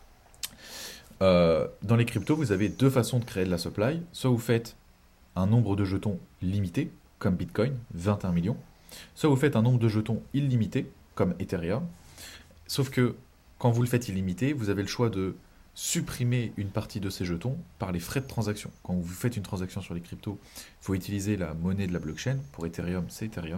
Dans les cryptos, vous avez deux façons de créer de la supply. Soit vous faites un nombre de jetons limité, comme Bitcoin, 21 millions. Soit vous faites un nombre de jetons illimité, comme Ethereum. Sauf que quand vous le faites illimité, vous avez le choix de supprimer une partie de ces jetons par les frais de transaction. Quand vous faites une transaction sur les cryptos, il faut utiliser la monnaie de la blockchain. Pour Ethereum, c'est Ethereum.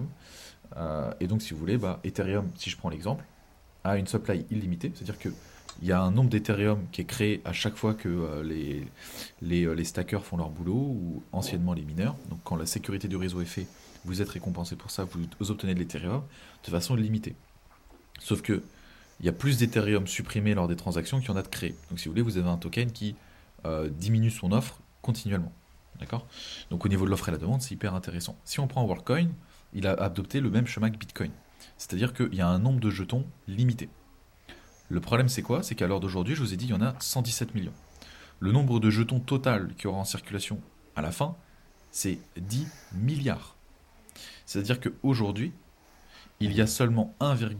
Et donc, si vous voulez, Ethereum, si je prends l'exemple, a une supply illimitée, c'est-à-dire que il y a un nombre d'Ethereum qui est créé à chaque fois que les stackers font leur boulot, ou anciennement les mineurs. Donc quand la sécurité du réseau est faite, vous êtes récompensé pour ça, vous obtenez de l'Ethereum de façon limitée. Sauf que il y a plus d'Ethereum supprimés lors des transactions qu'il y en a de créés. Donc si vous voulez, vous avez un token qui diminue son offre continuellement. D'accord ? Donc au niveau de l'offre et la demande, c'est hyper intéressant. Si on prend WorldCoin, il a adopté le même schéma que Bitcoin. C'est-à-dire qu'il y a un nombre de jetons limité. Le problème, c'est quoi ? C'est qu'à l'heure d'aujourd'hui, je vous ai dit, il y en a 117 millions. Le nombre de jetons total qu'il y aura en circulation à la fin, c'est 10 milliards. C'est-à-dire qu'aujourd'hui, il y a seulement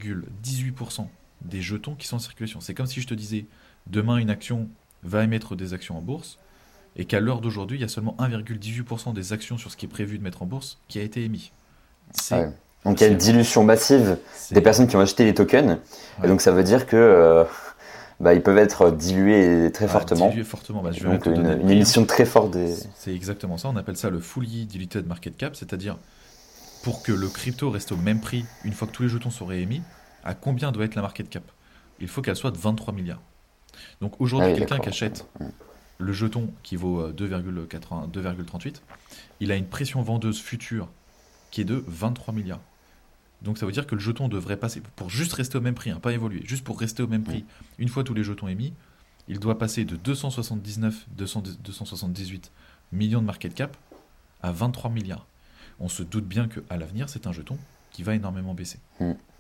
1,18% des jetons qui sont en circulation. C'est comme si je te disais, demain, une action va émettre des actions en bourse, et qu'à l'heure d'aujourd'hui, il y a seulement 1,18% des actions sur ce qui est prévu de mettre en bourse qui a été émis. Donc il y a une dilution massive des personnes qui ont acheté les tokens, et donc ça veut dire que ils peuvent être dilués très fortement. Dilués fortement. Je vais donc une émission très forte des... C'est exactement ça, on appelle ça le fully diluted market cap, c'est-à-dire pour que le crypto reste au même prix une fois que tous les jetons sont réémis, à combien doit être la market cap ? Il faut qu'elle soit de 23 milliards. Donc aujourd'hui, quelqu'un qui achète le jeton qui vaut 2,38, il a une pression vendeuse future qui est de 23 milliards. Donc ça veut dire que le jeton devrait passer, pour juste rester au même prix, pas évoluer, juste pour rester au même prix, une fois tous les jetons émis, il doit passer de 278 millions de market cap à 23 milliards. On se doute bien qu'à l'avenir, c'est un jeton qui va énormément baisser. D'accord ?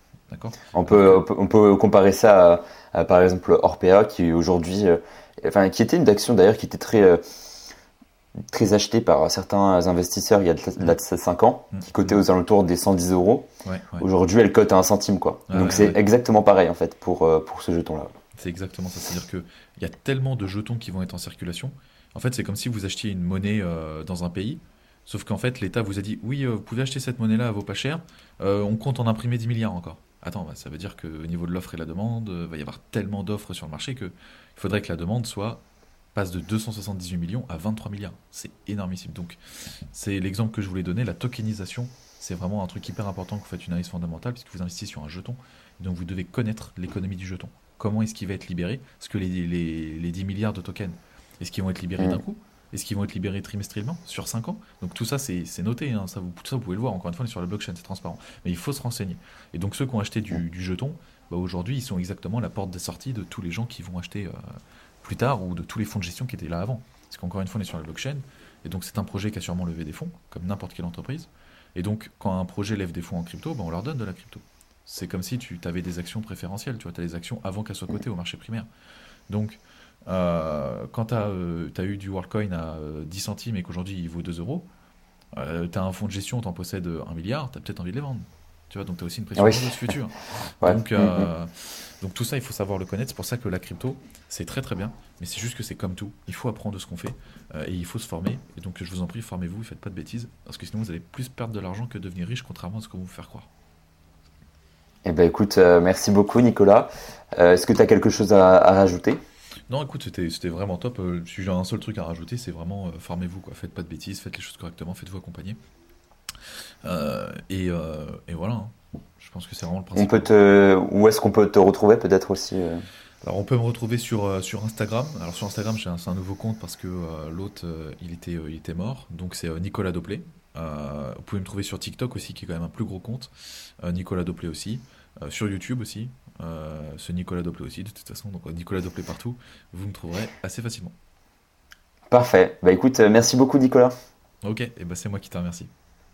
On peut comparer ça à, par exemple, Orpea, qui aujourd'hui, qui était une action d'ailleurs qui était très acheté par certains investisseurs il y a de 5 ans, qui cotait aux alentours des 110 euros. Aujourd'hui, elle cote à 1 centime, quoi. Donc c'est exactement pareil en fait pour ce jeton-là. C'est exactement ça. C'est-à-dire qu'il y a tellement de jetons qui vont être en circulation. En fait, c'est comme si vous achetiez une monnaie dans un pays, sauf qu'en fait, l'État vous a dit oui, vous pouvez acheter cette monnaie-là, elle vaut pas cher, on compte en imprimer 10 milliards encore. Attends, ça veut dire qu'au niveau de l'offre et la demande, il va y avoir tellement d'offres sur le marché qu'il faudrait que la demande passe de 278 millions à 23 milliards. C'est énormissime. Donc, c'est l'exemple que je voulais donner. La tokenisation, c'est vraiment un truc hyper important quand vous faites une analyse fondamentale, puisque vous investissez sur un jeton. Donc, vous devez connaître l'économie du jeton. Comment est-ce qu'il va être libéré ? Est-ce que les 10 milliards de tokens, est-ce qu'ils vont être libérés d'un coup ? Est-ce qu'ils vont être libérés trimestriellement sur 5 ans ? Donc, tout ça, c'est noté. Tout ça, vous pouvez le voir. Encore une fois, on est sur la blockchain, c'est transparent. Mais il faut se renseigner. Et donc, ceux qui ont acheté du jeton, aujourd'hui, ils sont exactement la porte de sortie de tous les gens qui vont acheter plus tard, ou de tous les fonds de gestion qui étaient là avant. Parce qu'encore une fois, on est sur la blockchain, et donc c'est un projet qui a sûrement levé des fonds, comme n'importe quelle entreprise. Et donc, quand un projet lève des fonds en crypto, on leur donne de la crypto. C'est comme si tu avais des actions préférentielles, tu as des actions avant qu'elles soient cotées au marché primaire. Donc, quand tu as eu du WorldCoin à 10 centimes et qu'aujourd'hui il vaut 2 euros, tu as un fonds de gestion, tu en possèdes 1 milliard, tu as peut-être envie de les vendre. Tu vois, donc tu as aussi une pression future. Donc, Donc tout ça, il faut savoir le connaître. C'est pour ça que la crypto, c'est très très bien. Mais c'est juste que c'est comme tout. Il faut apprendre de ce qu'on fait et il faut se former. Et donc je vous en prie, formez-vous, faites pas de bêtises. Parce que sinon, vous allez plus perdre de l'argent que devenir riche, contrairement à ce qu'on vous faire croire. Eh ben écoute, merci beaucoup Nicolas. Est-ce que tu as quelque chose à rajouter? Non, écoute, c'était vraiment top. Si j'ai un seul truc à rajouter, c'est vraiment formez-vous, quoi. Faites pas de bêtises, faites les choses correctement, faites-vous accompagner. Et voilà, hein. Je pense que c'est vraiment le principal. Où est-ce qu'on peut te retrouver peut-être aussi Alors on peut me retrouver sur Instagram. Alors sur Instagram, c'est un nouveau compte parce que l'autre, il était mort. Donc c'est Nicolas Doplé. Vous pouvez me trouver sur TikTok aussi, qui est quand même un plus gros compte. Nicolas Doplé aussi. Sur YouTube aussi. Ce Nicolas Doplé aussi, de toute façon. Donc Nicolas Doplé partout. Vous me trouverez assez facilement. Parfait. Bah écoute, merci beaucoup Nicolas. Ok, et ben c'est moi qui te remercie.